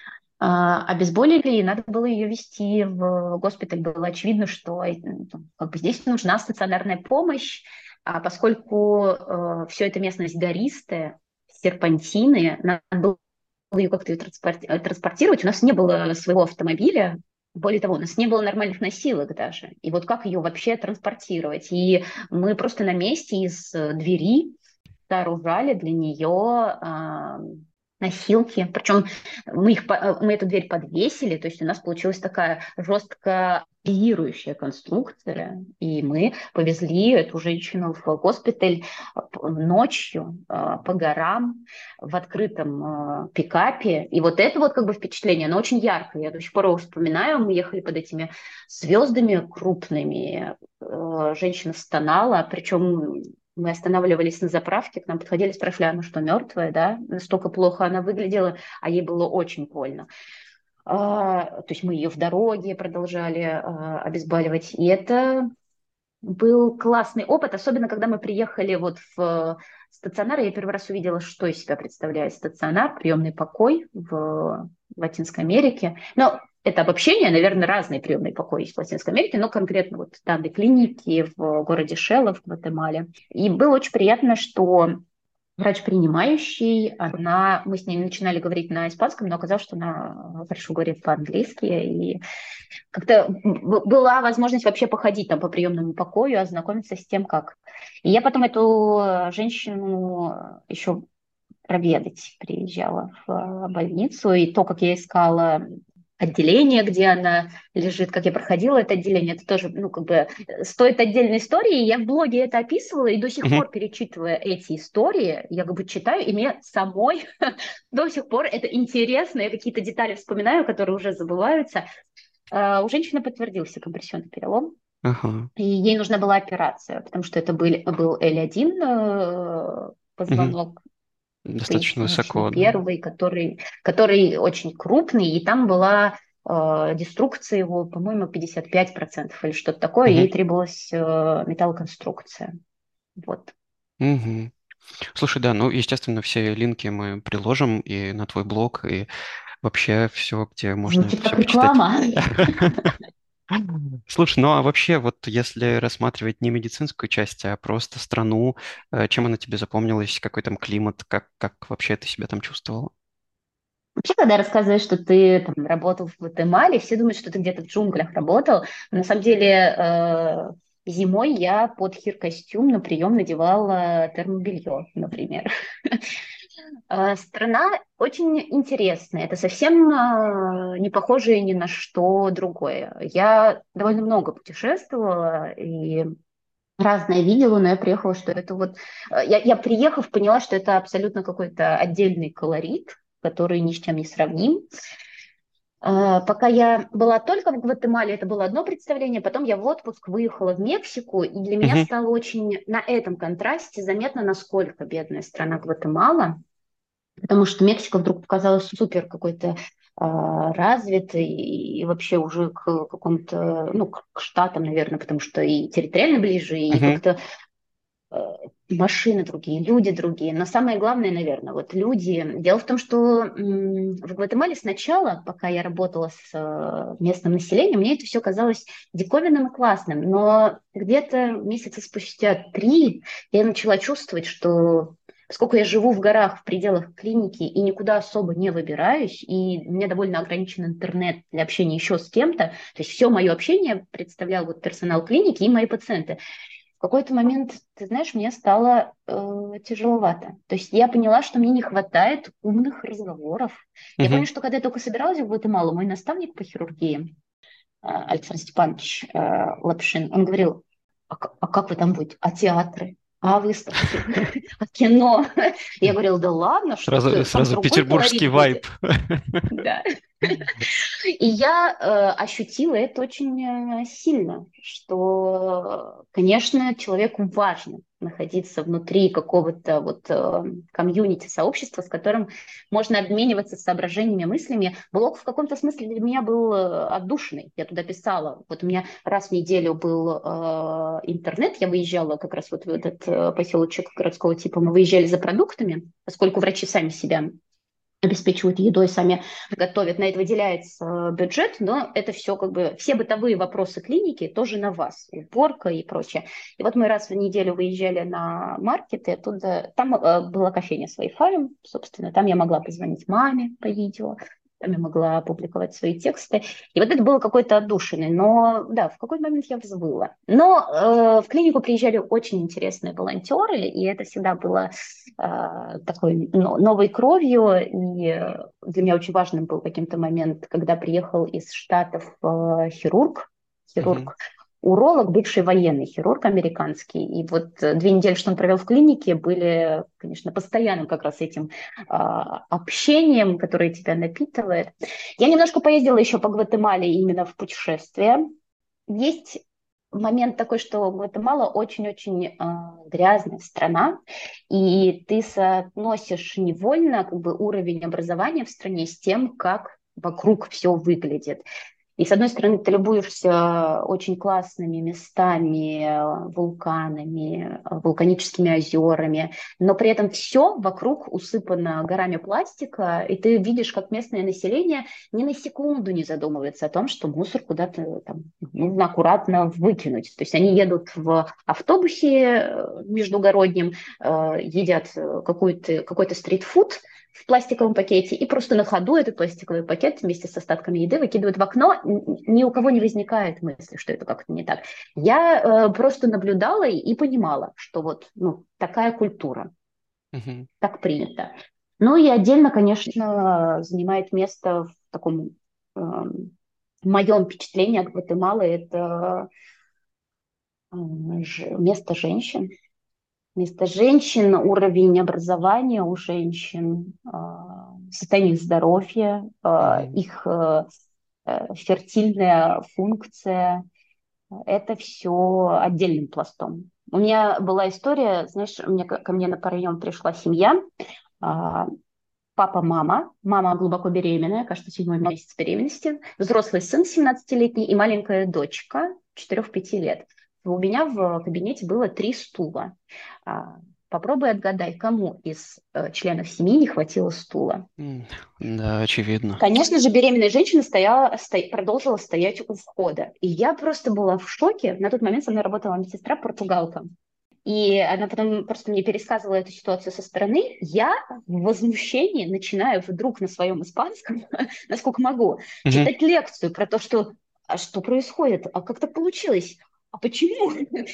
а, обезболили, и надо было ее везти в госпиталь. Было очевидно, что э, ну, как бы здесь нужна стационарная помощь, а поскольку э, все это местность гористая, серпантины, надо было ее как-то транспорти- транспортировать. У нас не было своего автомобиля, более того, у нас не было нормальных носилок даже. И вот как ее вообще транспортировать? И мы просто на месте из э, двери сооружали для нее а, носилки. Причем мы, их, по- мы эту дверь подвесили, то есть у нас получилась такая жестко изолирующая конструкция, и мы повезли эту женщину в госпиталь а, п- ночью а, по горам в открытом а, пикапе. И вот это вот как бы впечатление, оно очень яркое. Я до сих пор его вспоминаю. Мы ехали под этими звездами крупными. Э, Женщина стонала, причем мы останавливались на заправке, к нам подходили, спрашивали, она что, мертвая, да? Настолько плохо она выглядела, а ей было очень больно. А, то есть мы ее в дороге продолжали а, обезболивать. И это был классный опыт, особенно когда мы приехали вот в стационар. Я первый раз увидела, что из себя представляет стационар, приемный покой в Латинской Америке. Но это обобщение, наверное, разные приемные покои есть в Латинской Америке, но конкретно вот в данной клинике в городе Шелла в Гватемале. И было очень приятно, что врач принимающий, она, мы с ней начинали говорить на испанском, но оказалось, что она хорошо говорит по-английски, и как-то была возможность вообще походить там по приемному покою, ознакомиться с тем, как. И я потом эту э, женщину еще проведать приезжала в э, больницу, и то, как я искала отделение, где она лежит, как я проходила это отделение, это тоже, ну, как бы э, стоит отдельной истории. Я в блоге это описывала, и до сих Мгм. пор, перечитывая эти истории, я как бы читаю, и мне самой до сих пор это интересно, я какие-то детали вспоминаю, которые уже забываются. Э, У женщины подтвердился компрессионный перелом, Ага. и ей нужна была операция, потому что это был, был L один э, Мгм. позвонок Достаточно поясничный высоко, да. первый, который, который очень крупный, и там была э, деструкция его, по-моему, пятьдесят пять процентов или что-то такое, Мгм. ей требовалась э, металлоконструкция. Вот. Мгм. Слушай, да, ну, естественно, все линки мы приложим и на твой блог, и вообще все, где можно это Звучит все как почитать. реклама. Слушай, ну а вообще, вот если рассматривать не медицинскую часть, а просто страну, э, чем она тебе запомнилась, какой там климат, как, как вообще ты себя там чувствовала? Вообще, когда рассказываешь, что ты там, работал в Гватемале, все думают, что ты где-то в джунглях работал. Но на самом деле э, зимой я под хир-костюм на прием надевала термобелье, например. Э, Страна очень интересная. Это совсем э, не похоже ни на что другое. Я довольно много путешествовала и разное видела, но я приехала, что это вот... э, Я, я приехав, поняла, что это абсолютно какой-то отдельный колорит, который ни с чем не сравним. Э, Пока я была только в Гватемале, это было одно представление, потом я в отпуск выехала в Мексику, и для меня Мгм. стало очень на этом контрасте заметно, насколько бедная страна Гватемала, потому что Мексика вдруг показалась супер какой-то а, развитой и вообще уже к какому-то, ну, к к штатам, наверное, потому что и территориально ближе, и Мгм. как-то э, машины другие, люди другие. Но самое главное, наверное, вот люди. Дело в том, что м, в Гватемале сначала, пока я работала с э, местным населением, мне это все казалось диковинным и классным. Но где-то месяца спустя три я начала чувствовать, что Поскольку я живу в горах, в пределах клиники и никуда особо не выбираюсь, и у меня довольно ограничен интернет для общения еще с кем-то, то есть все мое общение представлял вот персонал клиники и мои пациенты. В какой-то момент, ты знаешь, мне стало э, тяжеловато. То есть я поняла, что мне не хватает умных разговоров. Я помню, Мгм. что когда я только собиралась в Гватемалу, мой наставник по хирургии, э, Александр Степанович э, Лапшин, он говорил: а, к- а как вы там будете? А театры? А выставки? А кино? Я говорила: да ладно, что Сразу, ты, там сразу другой петербургский колорит будет. вайб. Да. И я э, ощутила это очень э, сильно, что, конечно, человеку важно находиться внутри какого-то вот э, комьюнити, сообщества, с которым можно обмениваться соображениями, мыслями. Блог в каком-то смысле для меня был э, отдушиной. Я туда писала. Вот у меня раз в неделю был э, интернет, я выезжала как раз вот в этот э, поселочек городского типа, мы выезжали за продуктами, поскольку врачи сами себя обеспечивают едой, сами готовят, на это выделяется э, бюджет, но это все как бы, все бытовые вопросы клиники тоже на вас, уборка и прочее. И вот мы раз в неделю выезжали на маркет, и оттуда, там э, была кофейня с Wi-Fi, собственно, там я могла позвонить маме по видео, там я могла публиковать свои тексты. И вот это было какой-то отдушиной. Но да, в какой-то момент я взвыла. Но э, в клинику приезжали очень интересные волонтеры, и это всегда было э, такой но- новой кровью. И э, для меня очень важным был каким-то момент, когда приехал из Штатов э, хирург, Мгм. хирург, уролог, бывший военный хирург американский. И вот э, две недели, что он провел в клинике, были, конечно, постоянным как раз этим а, общением, которое тебя напитывает. Я немножко поездила еще по Гватемале именно в путешествие. Есть момент такой, что Гватемала очень-очень а, грязная страна, и ты соотносишь невольно как бы уровень образования в стране с тем, как вокруг все выглядит. И, с одной стороны, ты любуешься очень классными местами, э, вулканами, э, вулканическими озерами, но при этом все вокруг усыпано горами пластика, и ты видишь, как местное население ни на секунду не задумывается о том, что мусор куда-то там нужно аккуратно выкинуть. То есть они едут в автобусе э, междугороднем, э, едят э, какой-то какой-то стритфуд, в пластиковом пакете и просто на ходу этот пластиковый пакет вместе с остатками еды выкидывают в окно. Ни у кого не возникает мысли, что это как-то не так. Я э, просто наблюдала и, и понимала, что вот ну, такая культура, Мгм. так принято. Ну и отдельно, конечно, занимает место в таком э, в моем впечатлении от Гватемалы это э, ж- место женщин. Место женщин, уровень образования у женщин, а, состояние их здоровья, а, Мгм. их э, э, фертильная функция. Это все отдельным пластом. У меня была история, знаешь, у меня ко ко мне на прием пришла семья, а, папа, мама, мама глубоко беременная, кажется, седьмой месяц беременности, взрослый сын семнадцатилетний и маленькая дочка четыре-пять лет. У меня в кабинете было три стула. А, Попробуй отгадай, кому из э, членов семьи не хватило стула. М, Да, очевидно. Конечно же, беременная женщина стояла, сто- продолжила стоять у входа. И я просто была в шоке. На тот момент со мной работала медсестра португалка. И она потом просто мне пересказывала эту ситуацию со стороны. Я в возмущении начинаю вдруг на своем испанском, насколько могу, Мгм. читать лекцию про то, что а что происходит, а как так получилось, а почему?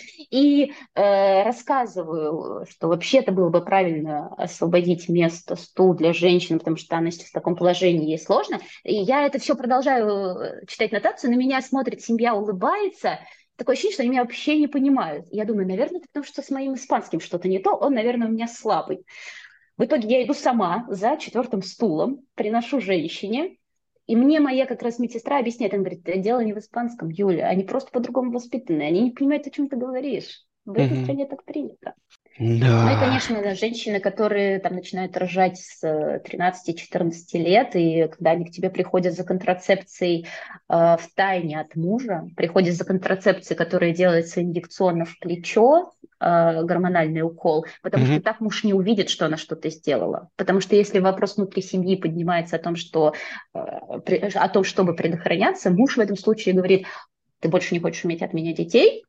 И э, рассказываю, что вообще-то было бы правильно освободить место, стул для женщины, потому что она сейчас в таком положении, ей сложно. И я это все продолжаю э, читать нотацию, на меня смотрит семья, улыбается, такое ощущение, что они меня вообще не понимают. Я думаю, наверное, это потому что с моим испанским что-то не то, он, наверное, у меня слабый. В итоге я иду сама за четвертым стулом, приношу женщине, и мне моя как раз медсестра объясняет, она говорит: дело не в испанском, Юля, они просто по-другому воспитаны, они не понимают, о чем ты говоришь. В этой Мгм. стране так принято. Ну и, Да. конечно, да, женщины, которые там начинают рожать с э, тринадцати-четырнадцати лет, и когда они к тебе приходят за контрацепцией э, в тайне от мужа, приходят за контрацепцией, которая делается инъекционно в плечо, э, гормональный укол, потому что Мгм. так муж не увидит, что она что-то сделала. Потому что если вопрос внутри семьи поднимается о том, что, э, при- о том, чтобы предохраняться, муж в этом случае говорит: ты больше не хочешь иметь от меня детей,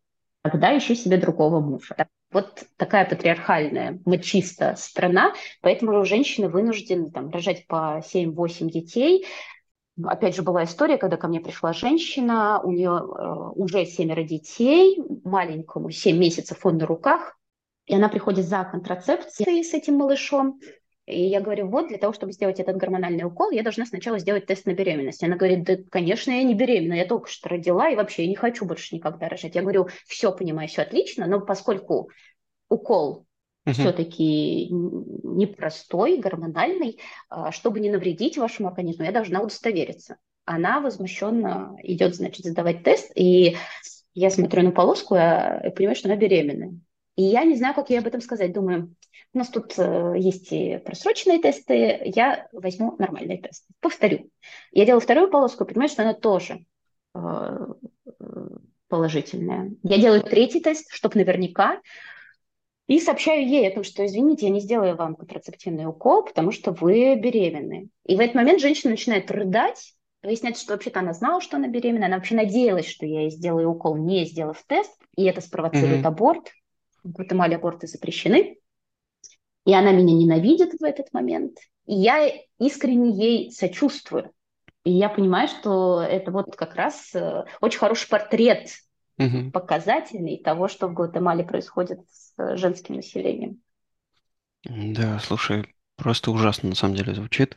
тогда еще себе другого мужа. Так- Вот такая патриархальная, мачиста страна, поэтому женщины вынуждены там, рожать по семь-восемь детей. Опять же, была история, когда ко мне пришла женщина, у нее э, уже семеро детей, маленькому семь месяцев он на руках, и она приходит за контрацепцией с этим малышом. И я говорю, вот для того, чтобы сделать этот гормональный укол, я должна сначала сделать тест на беременность. Она говорит, да, конечно, я не беременна, я только что родила, и вообще я не хочу больше никогда рожать. Я говорю, все понимаю, все отлично, но поскольку укол Мгм. все-таки непростой, гормональный, а, чтобы не навредить вашему организму, я должна удостовериться. Она возмущенно идет, значит, сдавать тест, и я смотрю на полоску а, и понимаю, что она беременная. И я не знаю, как ей об этом сказать. Думаю, у нас тут э, есть и просроченные тесты, я возьму нормальные тесты. Повторю. Я делаю вторую полоску и понимаю, что она тоже э, э, положительная. Я делаю третий тест, чтобы наверняка, и сообщаю ей о том, что, извините, я не сделаю вам контрацептивный укол, потому что вы беременны. И в этот момент женщина начинает рыдать. Выясняется, что вообще-то она знала, что она беременна. Она вообще надеялась, что я ей сделаю укол, не сделав тест. И это спровоцирует Мгм. аборт. В Гватемале аборты запрещены. И она меня ненавидит в этот момент. И я искренне ей сочувствую. И я понимаю, что это вот как раз э, очень хороший портрет, Мгм. показательный того, что в Гватемале происходит с э, женским населением. Да, слушай, просто ужасно на самом деле звучит.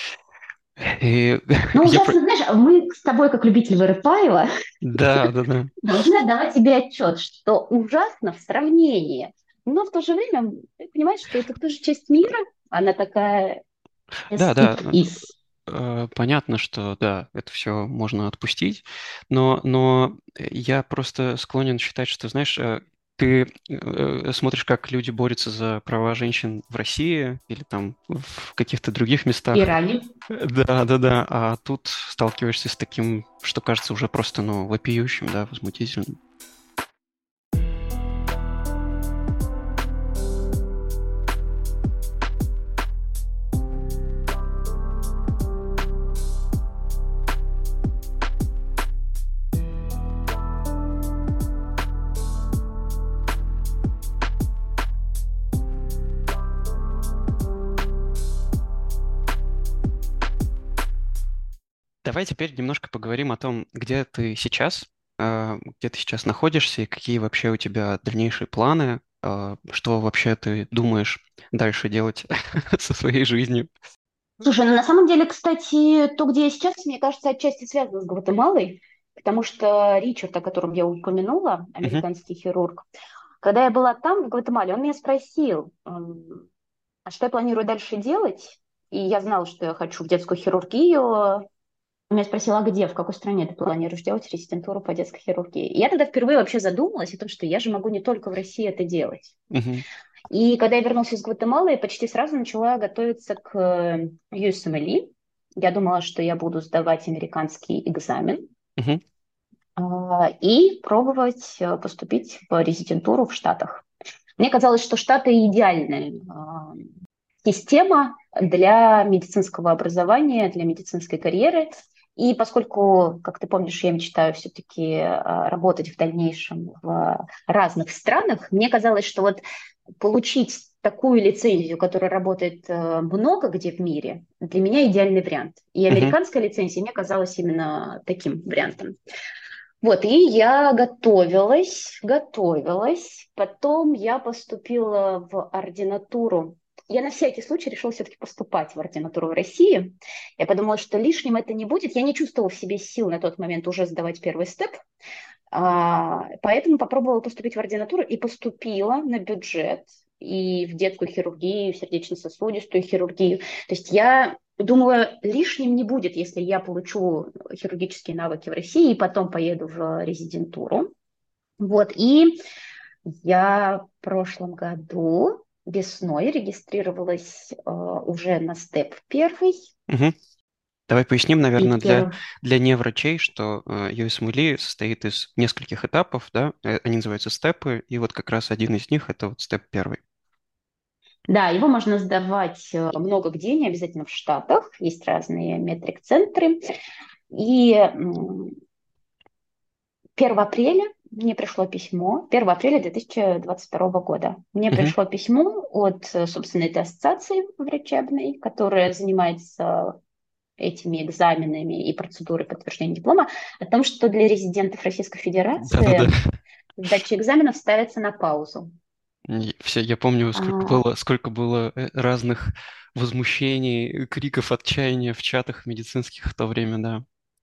И Ну, я... про- ужасно, знаешь, мы с тобой, как любитель Вырыпаева, Да, да, да. должны отдавать себе отчет, что ужасно в сравнении, но в то же время ты понимаешь, что это тоже часть мира, она такая Да, as да. it is. Э, понятно, что да, это все можно отпустить, но, но я просто склонен считать, что, знаешь, э, ты э, смотришь, как люди борются за права женщин в России или там в каких-то других В местах. Иране. Да, да, да. А тут сталкиваешься с таким, что кажется уже просто, ну, вопиющим, да, возмутительным. Давай теперь немножко поговорим о том, где ты сейчас, э, где ты сейчас находишься и какие вообще у тебя дальнейшие планы, э, что вообще ты думаешь дальше делать со своей жизнью. Слушай, ну на самом деле, кстати, то, где я сейчас, мне кажется, отчасти связано с Гватемалой, потому что Ричард, о котором я упомянула, Мгм, американский хирург, когда я была там, в Гватемале, он меня спросил, эм, а что я планирую дальше делать? И я знала, что я хочу в детскую хирургию. Он меня спросил, а где, в какой стране ты планируешь делать резидентуру по детской хирургии? И я тогда впервые вообще задумалась о том, что я же могу не только в России это делать. мгм, И когда я вернулась из Гватемалы, я почти сразу начала готовиться к э, ю эс эм эл и. Я думала, что я буду сдавать американский экзамен мгм, а, и пробовать э, поступить в резидентуру в Штатах. Мне казалось, что Штаты идеальная а, система для медицинского образования, для медицинской карьеры. И поскольку, как ты помнишь, я мечтаю все-таки а, работать в дальнейшем в разных странах, мне казалось, что вот получить такую лицензию, которая работает э, много где в мире, для меня идеальный вариант. И мгм. американская лицензия мне казалась именно таким вариантом. Вот, и я готовилась, готовилась. Потом я поступила в ординатуру. Я на всякий случай решила все-таки поступать в ординатуру в России. Я подумала, что лишним это не будет. Я не чувствовала в себе сил на тот момент уже сдавать первый степ. А, поэтому попробовала поступить в ординатуру и поступила на бюджет и в детскую хирургию, в сердечно-сосудистую хирургию. То есть я думаю, лишним не будет, если я получу хирургические навыки в России и потом поеду в резидентуру. Вот, и я в прошлом году весной регистрировалась э, уже на степ первый. Мгм. Давай поясним, И наверное, для, перв... для неврачей, что э, ю эс эм эл и состоит из нескольких этапов, да, э, они называются степы, и вот как раз один из них — это вот степ первый. Да, его можно сдавать э, много где, не обязательно в Штатах. Есть разные метрик-центры. И м, первого апреля мне пришло письмо первого апреля две тысячи двадцать второго года. Мне Мгм. пришло письмо от, э, собственно, этой ассоциации врачебной, которая занимается этими экзаменами и процедурой подтверждения диплома, о том, что для резидентов Российской Да-да-да. Федерации сдача экзаменов ставится на паузу. И Все, я помню, сколько А, было, сколько было э, разных возмущений, криков отчаяния в чатах медицинских в то время, да.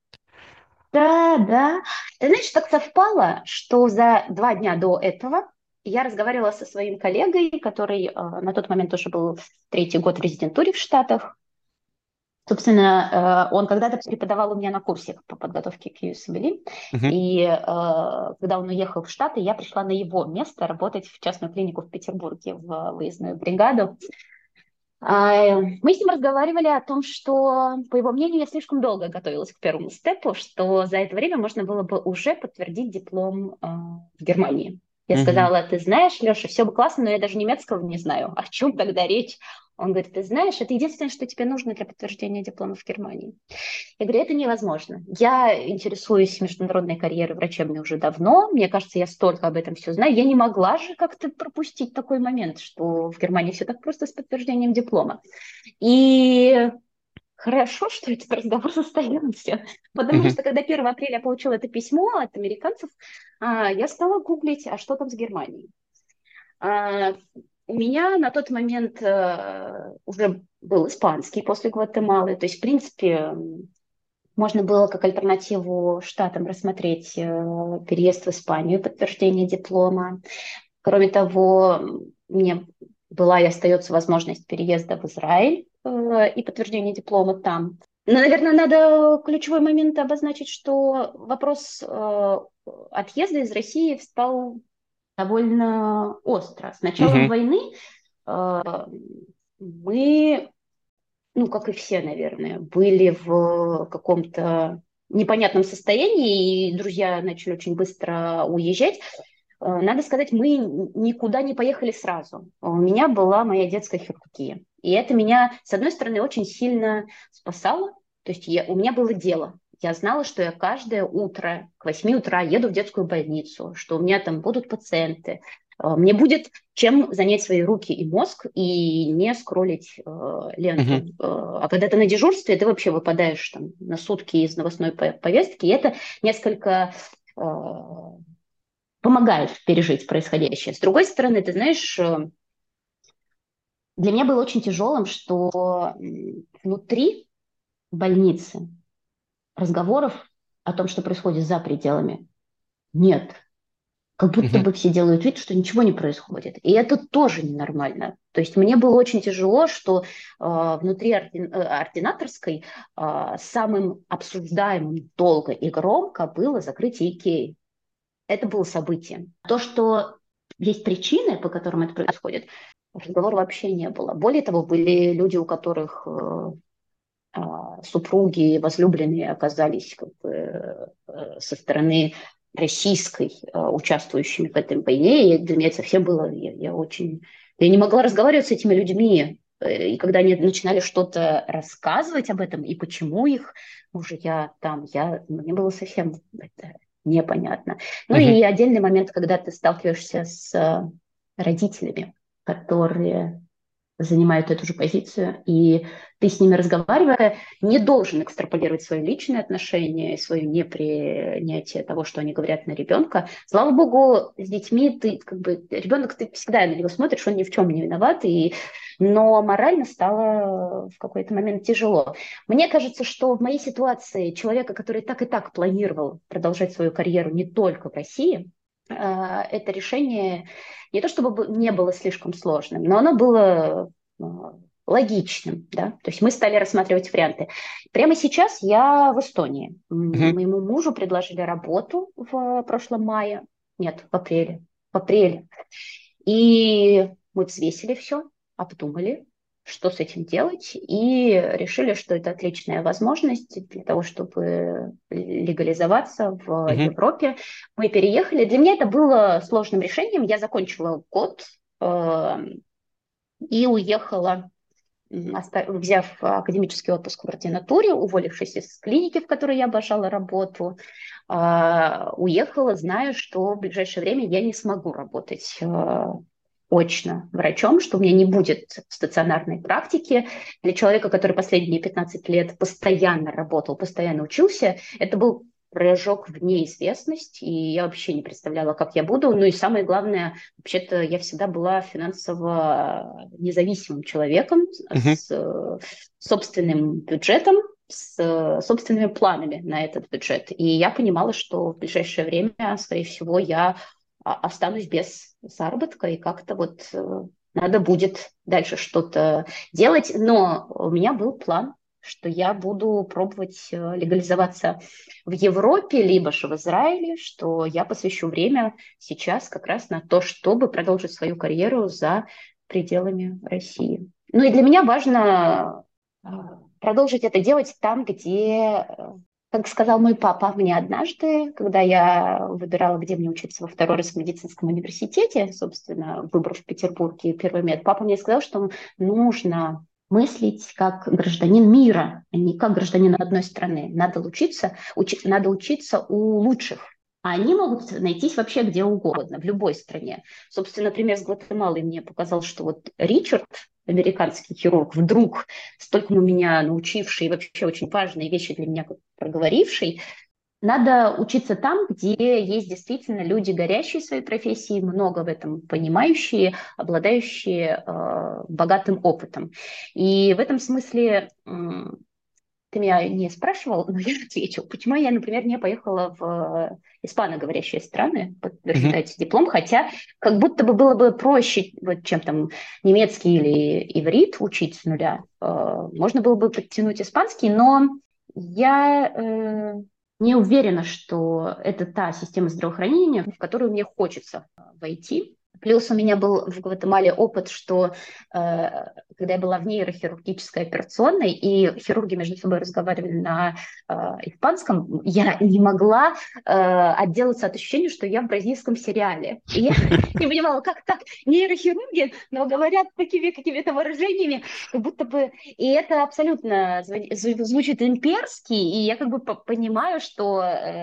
да, да. Ты знаешь, так совпало, что за два дня до этого я разговаривала со своим коллегой, который э, на тот момент тоже был третий год в резидентуре в Штатах. Собственно, э, он когда-то преподавал у меня на курсе по подготовке к ю эс эм эл и. Мгм. И э, когда он уехал в Штаты, я пришла на его место работать в частную клинику в Петербурге, в выездную бригаду. А, Мы с ним разговаривали о том, что, по его мнению, я слишком долго готовилась к первому степу, что за это время можно было бы уже подтвердить диплом а, в Германии. Я Мгм. сказала, ты знаешь, Леша, все бы классно, но я даже немецкого не знаю. О чем тогда речь? Он говорит, ты знаешь, это единственное, что тебе нужно для подтверждения диплома в Германии. Я говорю, это невозможно. Я интересуюсь международной карьерой врачебной уже давно. Мне кажется, я столько об этом все знаю. Я не могла же как-то пропустить такой момент, что в Германии все так просто с подтверждением диплома. И хорошо, что этот разговор состоялся, потому Мгм. что когда первого апреля я получила это письмо от американцев, а, я стала гуглить, а что там с Германией. А, У меня на тот момент э, уже был испанский после Гватемалы, то есть, в принципе, можно было как альтернативу Штатам рассмотреть э, переезд в Испанию, подтверждение диплома. Кроме того, мне была и остается возможность переезда в Израиль э, и подтверждения диплома там. Но, наверное, надо ключевой момент обозначить, что вопрос э, отъезда из России встал довольно остро. С началом Мгм. войны э, мы, ну, как и все, наверное, были в каком-то непонятном состоянии, и друзья начали очень быстро уезжать. Э, Надо сказать, мы никуда не поехали сразу. У меня была моя детская хирургия. И это меня, с одной стороны, очень сильно спасало. То есть я, у меня было дело. Я знала, что я каждое утро к восьми утра еду в детскую больницу, что у меня там будут пациенты. Э, Мне будет чем занять свои руки и мозг и не скроллить э, ленту. Мгм. Э, а когда ты на дежурстве, ты вообще выпадаешь там, на сутки из новостной повестки, и это несколько э, помогает пережить происходящее. С другой стороны, ты знаешь, э, для меня было очень тяжелым, что внутри больницы разговоров о том, что происходит за пределами, нет. Как будто Мгм. бы все делают вид, что ничего не происходит. И это тоже ненормально. То есть мне было очень тяжело, что э, внутри ордин, э, ординаторской э, самым обсуждаемым долго и громко было закрытие Икеи. Это было событие. То, что есть причины, по которым это происходит, разговора вообще не было. Более того, были люди, у которых э, а, супруги, возлюбленные оказались как бы, э, со стороны российской, э, участвующими в этой войне. И для меня это совсем было... Я, я очень... Я не могла разговаривать с этими людьми. Э, И когда они начинали что-то рассказывать об этом, и почему их мужья там, я, мне было совсем это непонятно. Ну Мгм. и отдельный момент, когда ты сталкиваешься с э, родителями, которые занимают эту же позицию, и ты с ними разговаривая, не должен экстраполировать свои личные отношения и свое непринятие того, что они говорят на ребенка. Слава богу, с детьми ты как бы ребенок, ты всегда на него смотришь, он ни в чем не виноват, и но морально стало в какой-то момент тяжело. Мне кажется, что в моей ситуации человека, который так и так планировал продолжать свою карьеру не только в России, э, это решение не то чтобы не было слишком сложным, но оно было э, логичным, да, то есть мы стали рассматривать варианты. Прямо сейчас я в Эстонии. Мгм. Моему мужу предложили работу в прошлом мае, нет, в апреле, в апреле. И мы взвесили все, обдумали, что с этим делать, и решили, что это отличная возможность для того, чтобы легализоваться в Мгм. Европе. Мы переехали. Для меня это было сложным решением. Я закончила год э, и уехала взяв академический отпуск в ординатуре, уволившись из клиники, в которой я обожала работу, а, уехала, зная, что в ближайшее время я не смогу работать а, очно врачом, что у меня не будет стационарной практики. Для человека, который последние пятнадцать лет постоянно работал, постоянно учился, это был прыжок в неизвестность, и я вообще не представляла, как я буду. Ну и самое главное, вообще-то я всегда была финансово независимым человеком Мгм. с э, собственным бюджетом, с э, собственными планами на этот бюджет. И я понимала, что в ближайшее время, скорее всего, я а, останусь без заработка, и как-то вот э, надо будет дальше что-то делать. Но у меня был план, что я буду пробовать э, легализоваться в Европе, либо же в Израиле, что я посвящу время сейчас как раз на то, чтобы продолжить свою карьеру за пределами России. Ну и для меня важно э, продолжить это делать там, где, э, как сказал мой папа мне однажды, когда я выбирала, где мне учиться во второй раз в медицинском университете, собственно, выбрав Петербург и первый мед, папа мне сказал, что нужно мыслить как гражданин мира, а не как гражданин одной страны. Надо учиться, учи, надо учиться у лучших. А они могут найтись вообще где угодно, в любой стране. Собственно, например, с Гватемалой мне показал, что вот Ричард, американский хирург, вдруг столько у меня научивший, вообще очень важные вещи для меня проговоривший, надо учиться там, где есть действительно люди, горящие своей профессией, много в этом понимающие, обладающие э, богатым опытом. И в этом смысле э, ты меня не спрашивал, но я отвечу. Почему я, например, не поехала в испаноговорящие страны Мгм. подтверждать диплом, хотя как будто бы было бы проще, вот, чем там немецкий или иврит учить с нуля. Э, можно было бы подтянуть испанский, но я э, не уверена, что это та система здравоохранения, в которую мне хочется войти. Плюс у меня был в Гватемале опыт, что э, когда я была в нейрохирургической операционной, и хирурги между собой разговаривали на э, испанском, я не могла э, отделаться от ощущения, что я в бразильском сериале. И я не понимала, как так, нейрохирурги, но говорят такими какими-то выражениями, как будто бы... И это абсолютно звучит имперски, и я как бы понимаю, что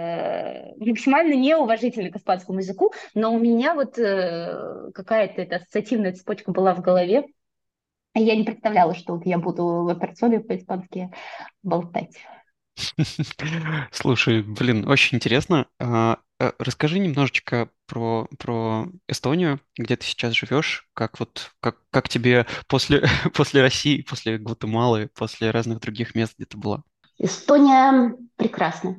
э, максимально неуважительно к испанскому языку, но у меня вот э, какая-то эта ассоциативная цепочка была в голове, и я не представляла, что вот я буду в операционной по-испански болтать. Слушай, блин, очень интересно. А, а, расскажи немножечко про, про Эстонию, где ты сейчас живешь, как вот, как, как тебе после, после России, после Гватемалы, после разных других мест, где ты была? Эстония прекрасна.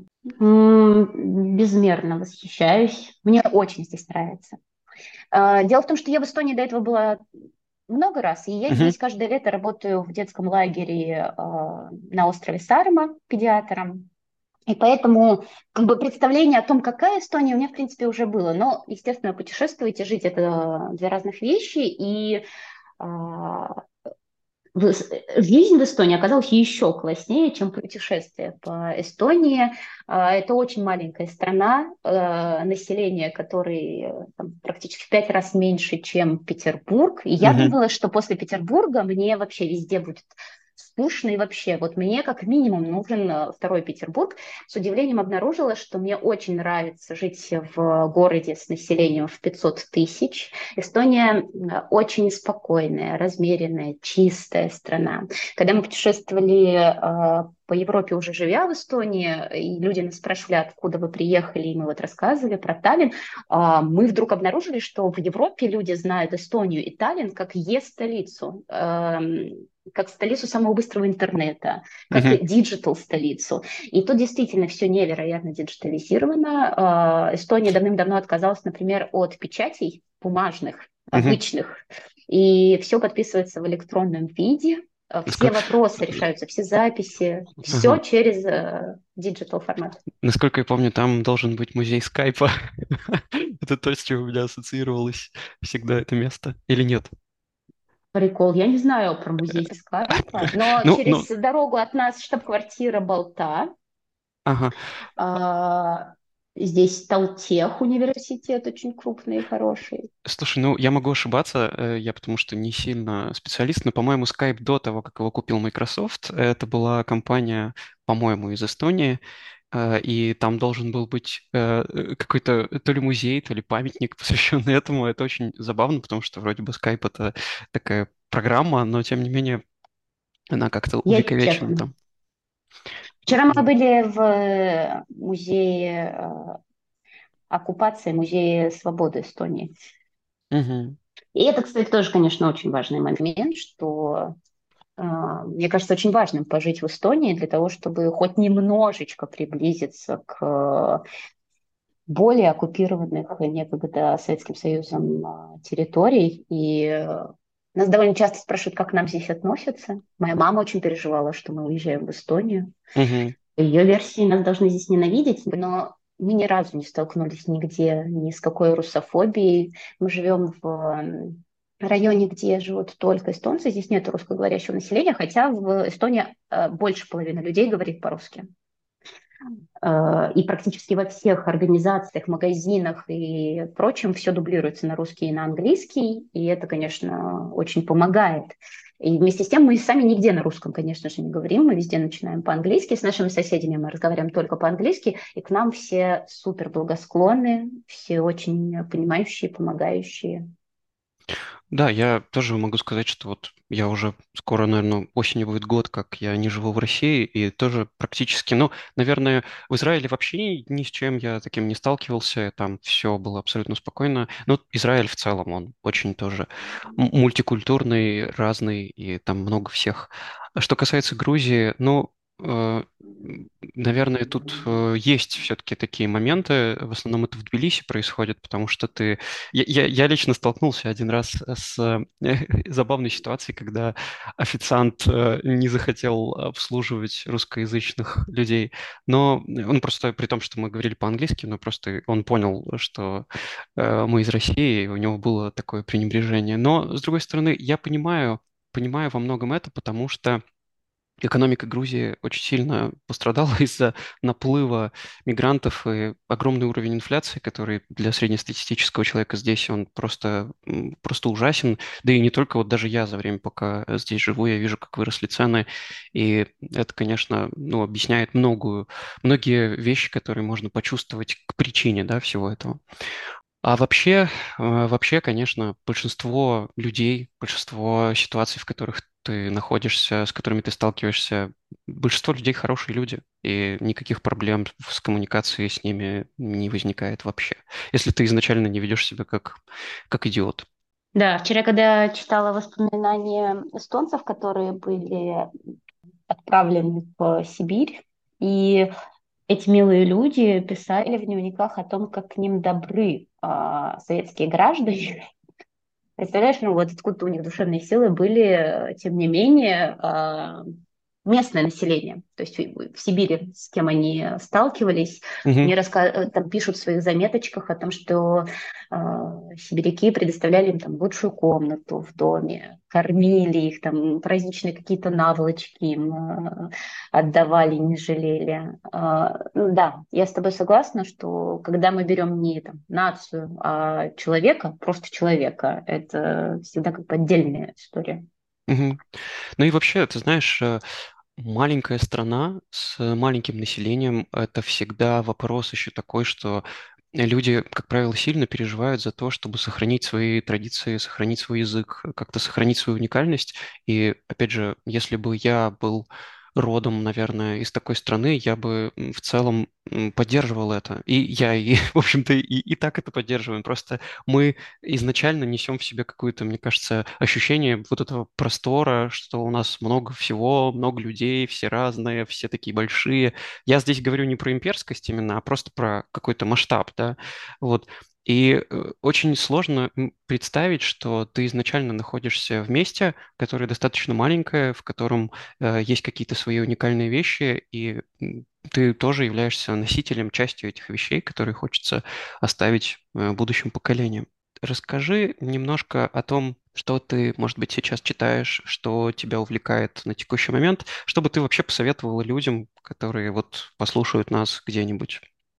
М, Безмерно восхищаюсь. Мне очень здесь нравится. А, Дело в том, что я в Эстонии до этого была много раз, и я Мгм. здесь каждое лето работаю в детском лагере а, на острове Саарема педиатром. И поэтому как бы представление о том, какая Эстония, у меня, в принципе, уже было. Но, естественно, путешествовать и жить — это две разных вещи. И а, в- жизнь в Эстонии оказалась еще класснее, чем путешествие по Эстонии. А, Это очень маленькая страна, э, население которой э, там, практически в пять раз меньше, чем Петербург. И я Мгм. думала, что после Петербурга мне вообще везде будет скучно и вообще. Вот мне как минимум нужен э, второй Петербург. С удивлением обнаружила, что мне очень нравится жить в городе с населением в пятьсот тысяч. Эстония э, очень спокойная, размеренная, чистая страна. Когда мы путешествовали э, по Европе, уже живя в Эстонии, и люди нас спрашивали, откуда вы приехали, и мы вот рассказывали про Таллин, а, мы вдруг обнаружили, что в Европе люди знают Эстонию и Таллин как Е-столицу, эм, как столицу самого быстрого интернета, как Мгм. диджитал столицу. И тут действительно все невероятно диджитализировано. А, Эстония давным-давно отказалась, например, от печатей бумажных, Мгм. обычных, и все подписывается в электронном виде. А, Все Насколько, вопросы решаются, все записи, все ага. через э, диджитал формат. Насколько я помню, там должен быть музей скайпа. Это то, с чем у меня ассоциировалось всегда это место. Или нет? Прикол. Я не знаю про музей скайпа, но Ну, через ну, дорогу от нас штаб-квартира Болта. ага. А, Здесь Талтех университет очень крупный и хороший. Слушай, ну я могу ошибаться, э, я потому что не сильно специалист, но, по-моему, Skype до того, как его купил Microsoft, это была компания, по-моему, из Эстонии, э, и там должен был быть э, какой-то то ли музей, то ли памятник, посвященный этому. Это очень забавно, потому что вроде бы Skype это такая программа, но тем не менее она как-то Я увековечена чекну. там. Вчера мы были в э, музее э, оккупации, музее свободы Эстонии. Мгм. И это, кстати, тоже, конечно, очень важный момент, что э, мне кажется очень важным пожить в Эстонии для того, чтобы хоть немножечко приблизиться к э, более оккупированных некогда Советским Союзом э, территорий. И э, нас довольно часто спрашивают, как к нам здесь относятся. Моя мама очень переживала, что мы уезжаем в Эстонию. Мгм. По ее версии нас должны здесь ненавидеть, но мы ни разу не столкнулись нигде ни с какой русофобией. Мы живем в м, районе, где живут только эстонцы, здесь нет русскоговорящего населения, хотя в Эстонии э, больше половины людей говорит по-русски. Э, И практически во всех организациях, магазинах и прочем все дублируется на русский и на английский, и это, конечно, очень помогает. И вместе с тем мы сами нигде на русском, конечно же, не говорим, мы везде начинаем по-английски, с нашими соседями мы разговариваем только по-английски, и к нам все супер благосклонны, все очень понимающие, помогающие. Да, я тоже могу сказать, что вот я уже скоро, наверное, осенью будет год, как я не живу в России, и тоже практически, ну, наверное, в Израиле вообще ни, ни с чем я таким не сталкивался, там все было абсолютно спокойно. Но вот Израиль в целом, он очень тоже м- мультикультурный, разный, и там много всех. А что касается Грузии, ну, э, м, наверное, тут э, есть все-таки такие моменты, в основном это в Тбилиси происходит, потому что ты я, я, я лично столкнулся один раз с э, забавной ситуацией, когда официант э, не захотел обслуживать русскоязычных людей, но он просто, при том, что мы говорили по-английски, но просто он понял, что э, мы из России, и у него было такое пренебрежение. Но, с другой стороны, я понимаю, понимаю во многом это, потому что экономика Грузии очень сильно пострадала из-за наплыва мигрантов и огромный уровень инфляции, который для среднестатистического человека здесь он просто, м, просто ужасен. Да и не только вот даже я за время, пока здесь живу, я вижу, как выросли цены. И это, конечно, ну, объясняет многую, многие вещи, которые можно почувствовать к причине, да, всего этого. А вообще, э, вообще, конечно, большинство людей, большинство ситуаций, в которых ты находишься, с которыми ты сталкиваешься, большинство людей хорошие люди, и никаких проблем с коммуникацией с ними не возникает вообще, если ты изначально не ведешь себя как, как идиот. Да, вчера, когда читала воспоминания эстонцев, которые были отправлены в Сибирь, и эти милые люди писали в дневниках о том, как к ним добры а, советские граждане. Представляешь, ну вот откуда у них душевные силы были, э, тем не менее, а, местное население. То есть в в Сибири, с кем они сталкивались, Мгм. мне раска... э, там пишут в своих заметочках о том, что а, сибиряки предоставляли им там лучшую комнату в доме, кормили их, там праздничные какие-то наволочки им а, отдавали, не жалели. А, ну да, я с тобой согласна, что когда мы берем не там, нацию, а человека, просто человека, это всегда как бы отдельная история. Мгм. Ну и вообще, ты знаешь, э, маленькая страна с маленьким населением — это всегда вопрос еще такой, что люди, как правило, сильно переживают за то, чтобы сохранить свои традиции, сохранить свой язык, как-то сохранить свою уникальность. И, опять же, если бы я был родом, наверное, из такой страны, я бы м, в целом м, поддерживал это. И я, и, в общем-то, и, и так это поддерживаем. Просто мы изначально несем в себе какое-то, мне кажется, ощущение вот этого простора, что у нас много всего, много людей, все разные, все такие большие. Я здесь говорю не про имперскость именно, а просто про какой-то масштаб, да, вот. И э, очень сложно м, представить, что ты изначально находишься в месте, которое достаточно маленькое, в котором э, есть какие-то свои уникальные вещи, и м, ты тоже являешься носителем, частью этих вещей, которые хочется оставить э, будущим поколениям. Расскажи немножко о том, что ты, может быть, сейчас читаешь, что тебя увлекает на текущий момент, чтобы ты вообще посоветовала людям, которые вот послушают нас где-нибудь.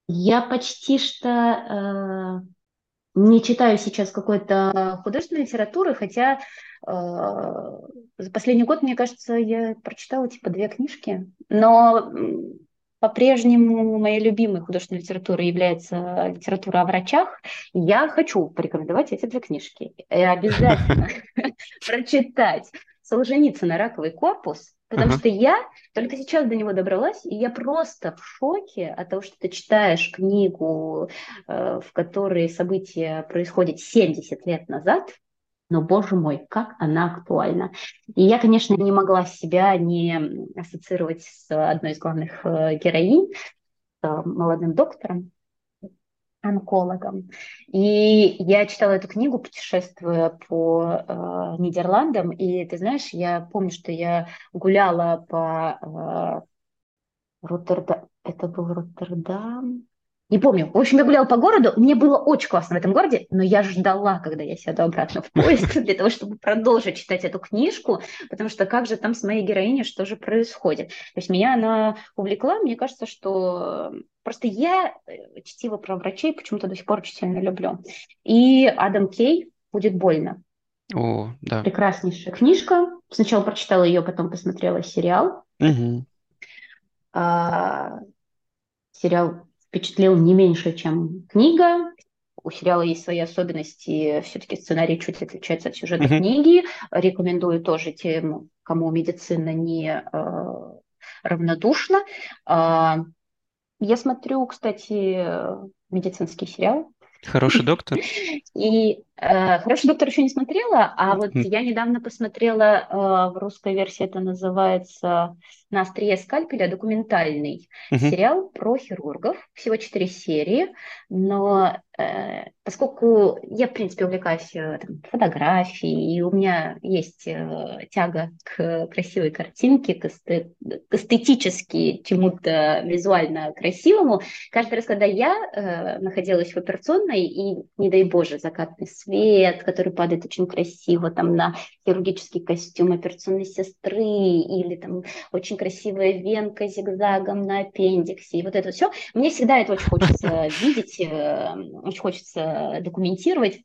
Я почти что э, не читаю сейчас какой-то художественной литературы, хотя э, за последний год, мне кажется, я прочитала типа две книжки, но м, по-прежнему моей любимой художественной литературой является литература о врачах. Я хочу порекомендовать эти две книжки. И обязательно прочитать Солженицына «Раковый корпус», потому Ага. что я только сейчас до него добралась, и я просто в шоке от того, что ты читаешь книгу, э, в которой события происходят семьдесят лет назад, но, боже мой, как она актуальна. И я, конечно, не могла себя не ассоциировать с одной из главных э, героинь, э, молодым доктором, онкологом. И я читала эту книгу, путешествуя по э, Нидерландам, и ты знаешь, я помню, что я гуляла по э, Роттердам. Это был Роттердам? Не помню. В общем, я гуляла по городу. Мне было очень классно в этом городе, но я ждала, когда я сяду обратно в поезд, для того, чтобы продолжить читать эту книжку, потому что как же там с моей героиней, что же происходит. То есть меня она увлекла. Мне кажется, что просто я э, чтиво про врачей почему-то до сих пор очень сильно люблю. И Адам Кей «Будет больно». О, да. Прекраснейшая книжка. Сначала прочитала ее, потом посмотрела сериал. Мгм. А, Сериал впечатлил не меньше, чем книга. У сериала есть свои особенности. Все-таки сценарий чуть отличается от сюжета Мгм. книги. Рекомендую тоже тем, кому медицина не э, равнодушна. А, я смотрю, кстати, медицинский сериал. Хороший доктор. И э, «Хороший доктор» еще не смотрела, а вот М. я недавно посмотрела, э, в русской версии это называется «На острие скальпеля», документальный Мгм. сериал про хирургов, всего четыре серии, но э, поскольку я, в принципе, увлекаюсь э, там, фотографией, и у меня есть э, тяга к красивой картинке, к, эсте- к эстетически чему-то визуально красивому, каждый раз, когда я э, находилась в операционной, и, не дай боже, закатный свет, который падает очень красиво там на хирургический костюм операционной сестры, или там очень красивая венка зигзагом на аппендиксе, и вот это все, мне всегда это очень хочется видеть, э, очень хочется документировать.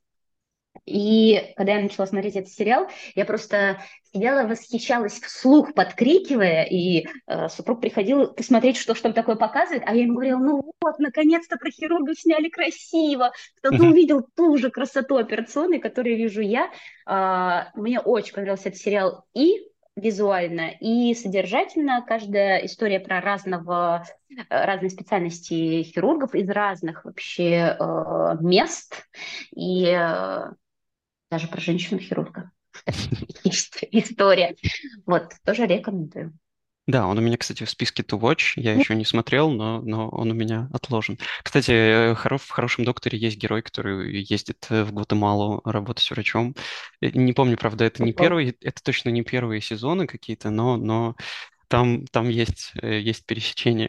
И когда я начала смотреть этот сериал, я просто сидела, восхищалась вслух, подкрикивая, и э, супруг приходил посмотреть, что ж там такое показывает, а я ему говорила, ну вот, наконец-то про хирургов сняли красиво, кто-то Мгм. увидел ту же красоту операционной, которую вижу я. А, мне очень понравился этот сериал и визуально, и содержательно. Каждая история про разного, э, разные специальности хирургов из разных вообще э, мест. И э, даже про женщину-хирурга есть история. Вот, тоже рекомендую. Да, он у меня, кстати, в списке to watch. Я Ну, еще не смотрел, но, но он у меня отложен. Кстати, э, хоро- в «Хорошем докторе» есть герой, который ездит э, в Гватемалу работать врачом. Э, Не помню, правда, это не прикол. первый, это точно не первые сезоны какие-то, но, но там, там есть, э, есть пересечение.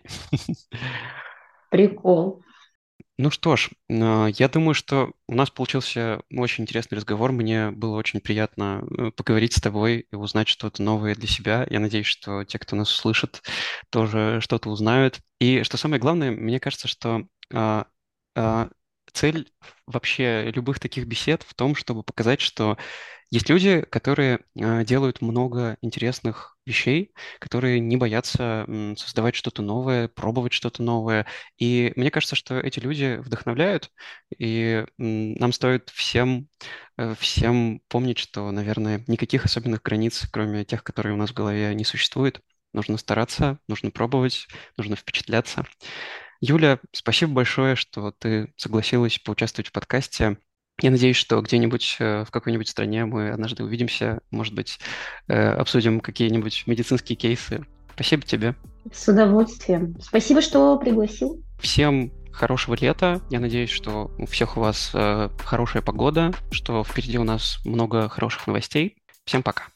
Прикол. Ну что ж, а, я думаю, что у нас получился очень интересный разговор. Мне было очень приятно э, поговорить с тобой и узнать что-то новое для себя. Я надеюсь, что те, кто нас услышит, тоже что-то узнают. И что самое главное, мне кажется, что а, а, цель вообще любых таких бесед в том, чтобы показать, что есть люди, которые а, делают много интересных вещей, которые не боятся м, создавать что-то новое, пробовать что-то новое. И мне кажется, что эти люди вдохновляют, и м, нам стоит всем, э, всем помнить, что, наверное, никаких особенных границ, кроме тех, которые у нас в голове, не существует. Нужно стараться, нужно пробовать, нужно впечатляться. Юля, спасибо большое, что ты согласилась поучаствовать в подкасте. Я надеюсь, что где-нибудь э, в какой-нибудь стране мы однажды увидимся, может быть, э, обсудим какие-нибудь медицинские кейсы. Спасибо тебе. С удовольствием. Спасибо, что пригласил. Всем хорошего лета. Я надеюсь, что у всех у вас э, хорошая погода, что впереди у нас много хороших новостей. Всем пока.